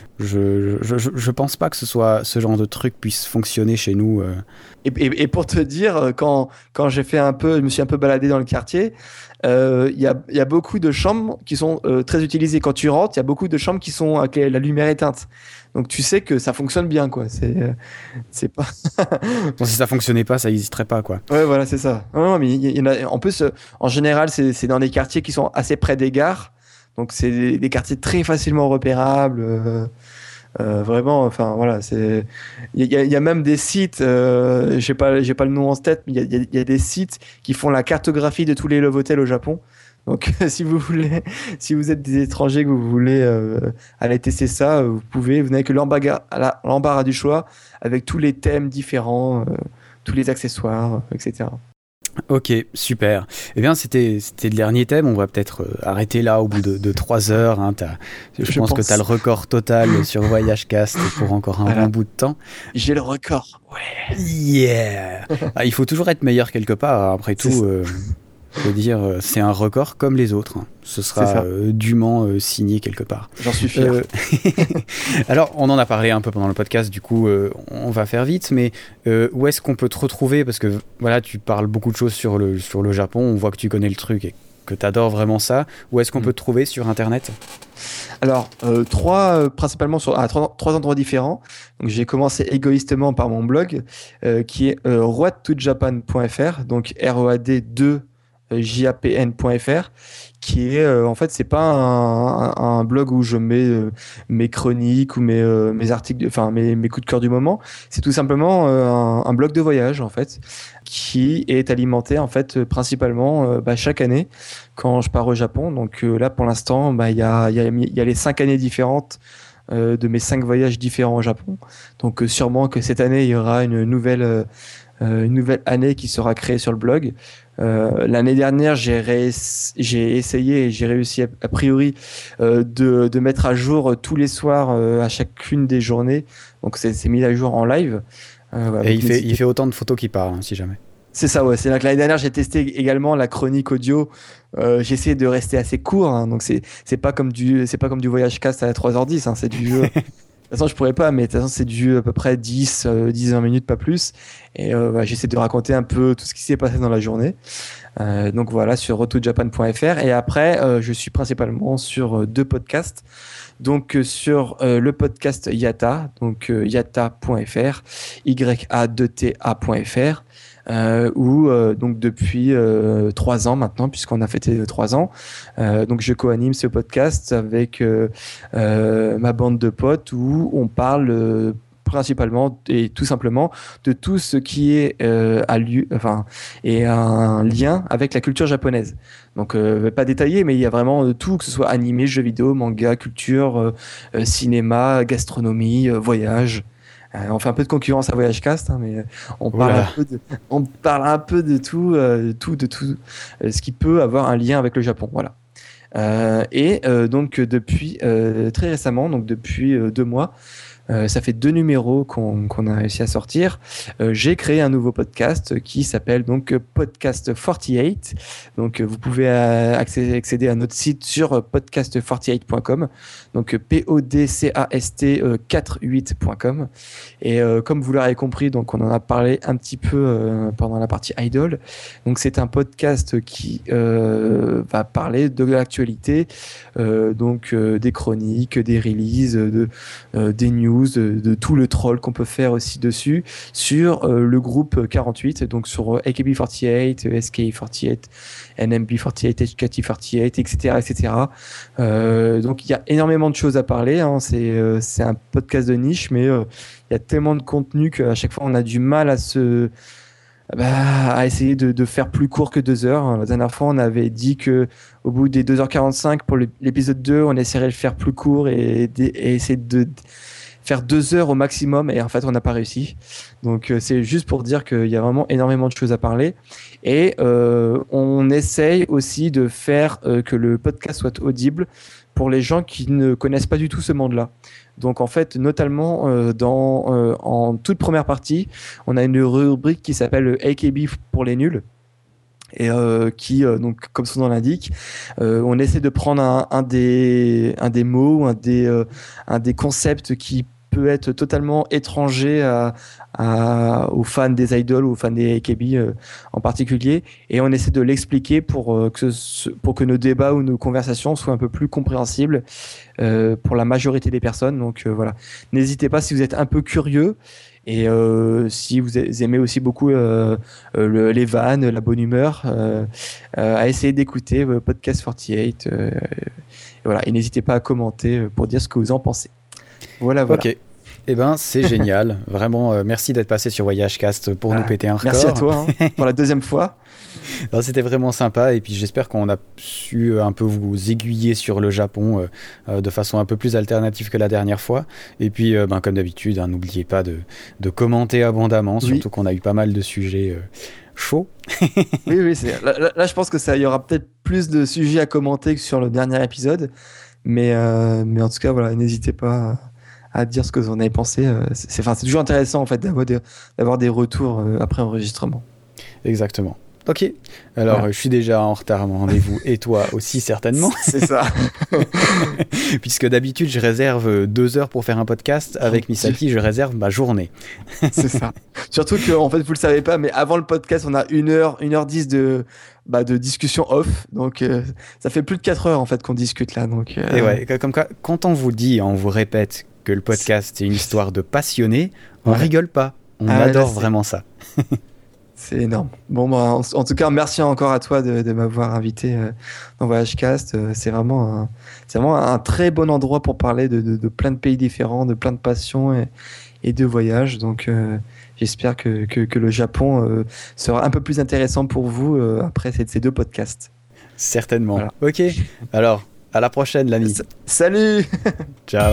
Je pense pas que ce genre de truc puisse fonctionner chez nous. Et pour te dire, quand je me suis un peu baladé dans le quartier, il y a beaucoup de chambres qui sont très utilisées. Quand tu rentres, il y a beaucoup de chambres qui sont avec la lumière éteinte. Donc tu sais que ça fonctionne bien, quoi. C'est pas. Bon, si ça fonctionnait pas, ça n'hésiterait pas, quoi. Ouais, voilà, c'est ça. Non, mais il y en a. En plus, en général, c'est dans des quartiers qui sont assez près des gares. Donc c'est des quartiers très facilement repérables. Vraiment, enfin voilà, il y a même des sites, j'ai pas le nom en tête, mais il y a des sites qui font la cartographie de tous les love hotels au Japon. Donc si vous êtes des étrangers que vous voulez aller tester ça, vous n'avez que l'embarras du choix avec tous les thèmes différents, tous les accessoires, etc. Ok, super. Eh bien, c'était le dernier thème. On va peut-être arrêter là au bout de 3 heures. Hein. Je pense que tu as le record total sur VoyageCast pour encore un bon bout de temps. J'ai le record. Ouais. Yeah. Il faut toujours être meilleur quelque part. Après tout, je veux dire, c'est un record comme les autres. Hein. Ce sera dûment signé quelque part. J'en suis fier. Alors, on en a parlé un peu pendant le podcast, du coup, on va faire vite, mais où est-ce qu'on peut te retrouver ? Parce que voilà, tu parles beaucoup de choses sur le Japon, on voit que tu connais le truc et que tu adores vraiment ça. Où est-ce qu'on peut te trouver sur Internet ? Alors, principalement sur trois endroits différents. Donc, j'ai commencé égoïstement par mon blog, qui est roadtojapan.fr, donc ROAD2 japn.fr, qui est en fait, c'est pas un blog où je mets mes chroniques ou mes articles, enfin mes coups de cœur du moment. C'est tout simplement un blog de voyage en fait, qui est alimenté en fait principalement chaque année quand je pars au Japon. Donc là pour l'instant, il y a les 5 années différentes de mes 5 voyages différents au Japon. Donc sûrement que cette année il y aura une nouvelle année qui sera créée sur le blog. L'année dernière, j'ai essayé et j'ai réussi a priori de mettre à jour tous les soirs à chacune des journées. Donc c'est mis à jour en live. Voilà, et il fait autant de photos qu'il parle, hein, si jamais. C'est ça, ouais. C'est là que l'année dernière, j'ai testé également la chronique audio. J'ai essayé de rester assez court, hein, donc c'est pas comme du VoyageCast à 3h10, hein, c'est du jeu. De toute façon, je pourrais pas, mais de toute façon, c'est du à peu près 10-20 minutes, pas plus. Et j'essaie de raconter un peu tout ce qui s'est passé dans la journée. Donc voilà, sur rotojapan.fr. Et après, je suis principalement sur 2 podcasts. Donc sur le podcast Yata, donc yata.fr, ya2ta.fr. Où donc depuis 3 ans maintenant, puisqu'on a fêté 3 ans, donc je co-anime ce podcast avec ma bande de potes où on parle principalement et tout simplement de tout ce qui est et un lien avec la culture japonaise. Donc pas détaillé, mais il y a vraiment tout, que ce soit animé, jeux vidéo, manga, culture, cinéma, gastronomie, voyage. On fait un peu de concurrence à VoyageCast, hein, mais on parle un peu de tout, ce qui peut avoir un lien avec le Japon. Voilà. Donc depuis très récemment, donc depuis 2 mois, ça fait 2 numéros qu'on a réussi à sortir. J'ai créé un nouveau podcast qui s'appelle donc Podcast 48. Donc vous pouvez accéder à notre site sur podcast48.com. Donc podcast48.com. Et comme vous l'aurez compris, donc on en a parlé un petit peu pendant la partie Idol. Donc c'est un podcast qui va parler de l'actualité, des chroniques, des releases, des news, de tout le troll qu'on peut faire aussi dessus sur le groupe 48, donc sur AKB48, SK48, NMB48, HKT48, etc. Donc il y a énormément de choses à parler, hein. C'est un podcast de niche, mais il y a tellement de contenu qu'à chaque fois on a du mal à essayer de faire plus court que 2 heures. La dernière fois, on avait dit que au bout des 2h45 pour l'épisode 2, on essaierait de le faire plus court et essayer de faire 2 heures au maximum, et en fait on n'a pas réussi. Donc c'est juste pour dire qu'il y a vraiment énormément de choses à parler, et on essaye aussi de faire que le podcast soit audible pour les gens qui ne connaissent pas du tout ce monde-là. Donc en fait, notamment en toute première partie, on a une rubrique qui s'appelle AKB pour les nuls. Et donc comme son nom l'indique, on essaie de prendre un des mots, un des concepts qui peut être totalement étranger aux fans des idoles, aux fans des AKB en particulier, et on essaie de l'expliquer pour que nos débats ou nos conversations soient un peu plus compréhensibles pour la majorité des personnes. Donc voilà, n'hésitez pas si vous êtes un peu curieux. Et si vous aimez aussi beaucoup les vannes, la bonne humeur, à essayer d'écouter Podcast 48. Voilà. Et n'hésitez pas à commenter pour dire ce que vous en pensez. Voilà. Ok. Eh ben, c'est génial. Vraiment, merci d'être passé sur Voyagecast pour nous péter un record. Merci à toi pour la deuxième fois. Non, c'était vraiment sympa, et puis j'espère qu'on a su un peu vous aiguiller sur le Japon de façon un peu plus alternative que la dernière fois. Et puis, comme d'habitude, n'oubliez pas de commenter abondamment, surtout qu'on a eu pas mal de sujets chauds. Oui, là, je pense que il y aura peut-être plus de sujets à commenter que sur le dernier épisode, mais en tout cas, voilà, n'hésitez pas à dire ce que vous en avez pensé. C'est toujours intéressant en fait d'avoir des retours après enregistrement. Exactement. Ok, alors voilà. Je suis déjà en retard à mon rendez-vous, et toi aussi certainement. C'est ça. Puisque d'habitude je réserve 2 heures pour faire un podcast, avec Misaki je réserve ma journée. C'est ça. Surtout que en fait vous le savez pas, mais avant le podcast on a 1h10 de discussion off, donc ça fait plus de 4 heures en fait qu'on discute là. Donc, Et ouais, comme quoi, quand on vous dit, on vous répète que le podcast c'est une histoire de passionnés, on rigole pas, on adore vraiment ça. C'est énorme. Bon, en tout cas, merci encore à toi de m'avoir invité dans Voyagecast. C'est vraiment un très bon endroit pour parler de plein de pays différents, de plein de passions et de voyages. Donc, j'espère que le Japon sera un peu plus intéressant pour vous après ces 2 podcasts. Certainement. Voilà. Ok. Alors, à la prochaine, l'ami. Salut. Ciao.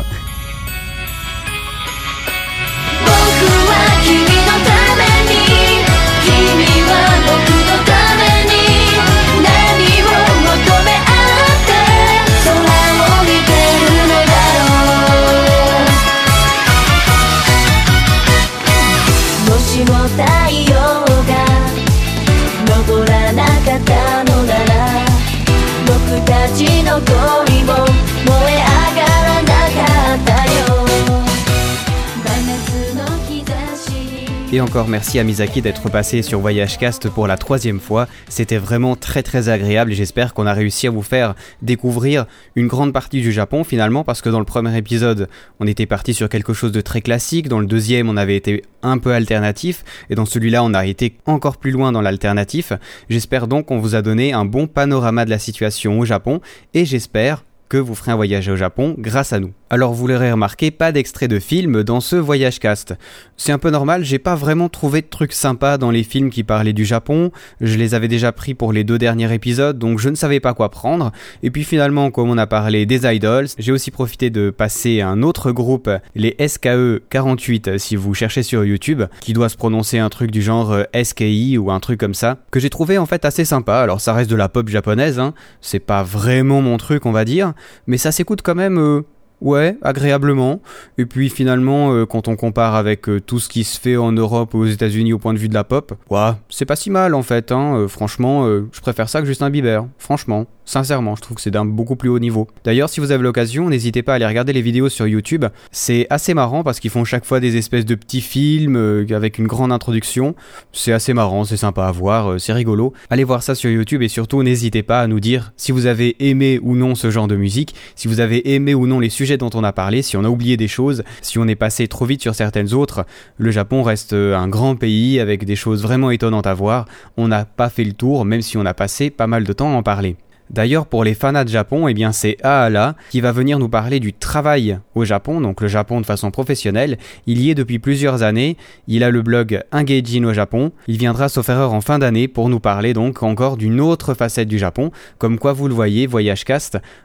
Et encore merci à Misaki d'être passé sur Voyagecast pour la 3e fois. C'était vraiment très très agréable et j'espère qu'on a réussi à vous faire découvrir une grande partie du Japon finalement, parce que dans le premier épisode on était parti sur quelque chose de très classique, dans le deuxième on avait été un peu alternatif et dans celui-là on a été encore plus loin dans l'alternatif. J'espère donc qu'on vous a donné un bon panorama de la situation au Japon et j'espère que vous ferez un voyage au Japon grâce à nous. Alors vous l'aurez remarqué, pas d'extrait de film dans ce Voyagecast. C'est un peu normal, j'ai pas vraiment trouvé de trucs sympas dans les films qui parlaient du Japon, je les avais déjà pris pour les 2 derniers épisodes, donc je ne savais pas quoi prendre, et puis finalement, comme on a parlé des idols, j'ai aussi profité de passer un autre groupe, les SKE 48 si vous cherchez sur YouTube, qui doit se prononcer un truc du genre SKI ou un truc comme ça, que j'ai trouvé en fait assez sympa. Alors ça reste de la pop japonaise, c'est pas vraiment mon truc on va dire, mais ça s'écoute quand même ouais, agréablement. Et puis finalement, quand on compare avec tout ce qui se fait en Europe ou aux États-Unis au point de vue de la pop, ouais, c'est pas si mal en fait. Franchement, je préfère ça que Justin Bieber. Franchement, sincèrement, je trouve que c'est d'un beaucoup plus haut niveau. D'ailleurs, si vous avez l'occasion, n'hésitez pas à aller regarder les vidéos sur YouTube. C'est assez marrant parce qu'ils font chaque fois des espèces de petits films avec une grande introduction. C'est assez marrant, c'est sympa à voir, c'est rigolo. Allez voir ça sur YouTube et surtout, n'hésitez pas à nous dire si vous avez aimé ou non ce genre de musique, si vous avez aimé ou non les sujets dont on a parlé, si on a oublié des choses, si on est passé trop vite sur certaines autres. Le Japon reste un grand pays avec des choses vraiment étonnantes à voir. On n'a pas fait le tour, même si on a passé pas mal de temps à en parler. D'ailleurs, pour les fanas de Japon, eh bien c'est Aala qui va venir nous parler du travail au Japon, donc le Japon de façon professionnelle. Il y est depuis plusieurs années, il a le blog Engaging au Japon. Il viendra sauf erreur en fin d'année pour nous parler donc encore d'une autre facette du Japon. Comme quoi vous le voyez, Voyagecast,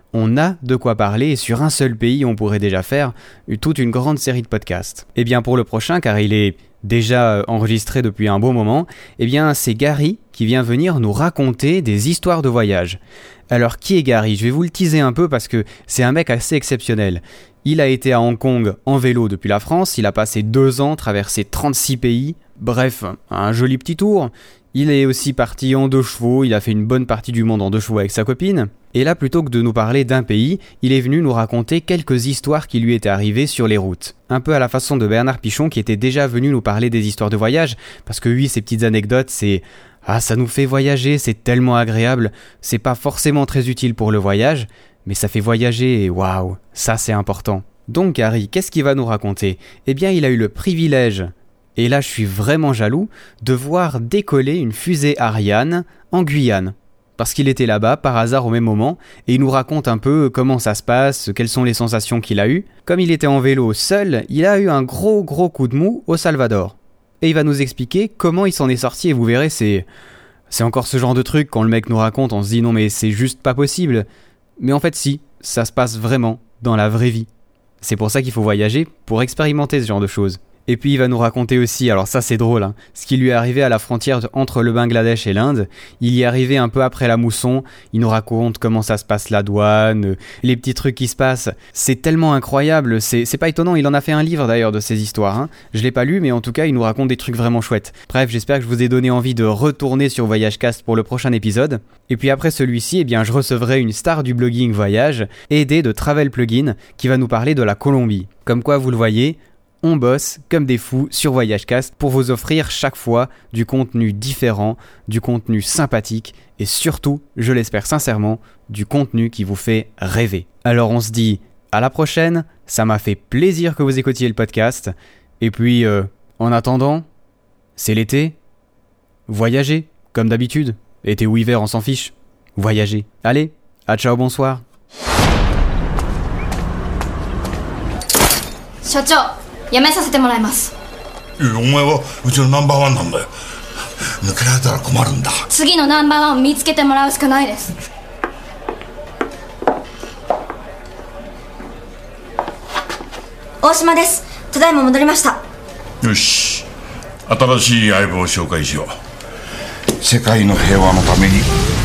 on a de quoi parler et sur un seul pays, on pourrait déjà faire toute une grande série de podcasts. Et bien pour le prochain, car il est déjà enregistré depuis un bon moment, eh bien c'est Gary qui vient venir nous raconter des histoires de voyage. Alors qui est Gary ? Je vais vous le teaser un peu parce que c'est un mec assez exceptionnel. Il a été à Hong Kong en vélo depuis la France, il a passé 2 ans, traversé 36 pays, bref, un joli petit tour. Il est aussi parti en 2 chevaux, il a fait une bonne partie du monde en 2 chevaux avec sa copine. Et là, plutôt que de nous parler d'un pays, il est venu nous raconter quelques histoires qui lui étaient arrivées sur les routes. Un peu à la façon de Bernard Pichon qui était déjà venu nous parler des histoires de voyage, parce que oui, ces petites anecdotes, c'est... Ah, ça nous fait voyager, c'est tellement agréable, c'est pas forcément très utile pour le voyage, mais ça fait voyager et waouh, ça c'est important. Donc Gary, qu'est-ce qu'il va nous raconter ? Eh bien, il a eu le privilège, et là je suis vraiment jaloux, de voir décoller une fusée Ariane en Guyane. Parce qu'il était là-bas par hasard au même moment, et il nous raconte un peu comment ça se passe, quelles sont les sensations qu'il a eues. Comme il était en vélo seul, il a eu un gros coup de mou au Salvador. Et il va nous expliquer comment il s'en est sorti, et vous verrez, c'est encore ce genre de truc, quand le mec nous raconte, on se dit non mais c'est juste pas possible. Mais en fait si, ça se passe vraiment dans la vraie vie. C'est pour ça qu'il faut voyager, pour expérimenter ce genre de choses. Et puis il va nous raconter aussi, alors ça c'est drôle, hein, ce qui lui est arrivé à la frontière entre le Bangladesh et l'Inde. Il y est arrivé un peu après la mousson, il nous raconte comment ça se passe la douane, les petits trucs qui se passent. C'est tellement incroyable, c'est pas étonnant, il en a fait un livre d'ailleurs de ces histoires. Hein. Je l'ai pas lu, mais en tout cas il nous raconte des trucs vraiment chouettes. Bref, j'espère que je vous ai donné envie de retourner sur VoyageCast pour le prochain épisode. Et puis après celui-ci, eh bien je recevrai une star du blogging voyage, Aidé de Travel Plugin, qui va nous parler de la Colombie. Comme quoi, vous le voyez, on bosse comme des fous sur VoyageCast pour vous offrir chaque fois du contenu différent, du contenu sympathique et surtout, je l'espère sincèrement, du contenu qui vous fait rêver. Alors on se dit à la prochaine, ça m'a fait plaisir que vous écoutiez le podcast. Et puis, en attendant, c'est l'été, voyagez comme d'habitude. Été ou hiver, on s'en fiche. Voyagez. Allez, à ciao, bonsoir. 所長、辞めさせてもらいます。 いや、お前はうちのナンバーワンなんだよ。抜けられたら困るんだ。 次のナンバーワンを見つけてもらうしかないです。大島です。ただいま戻りました。 よし、新しい相棒を紹介しよう。世界の平和のために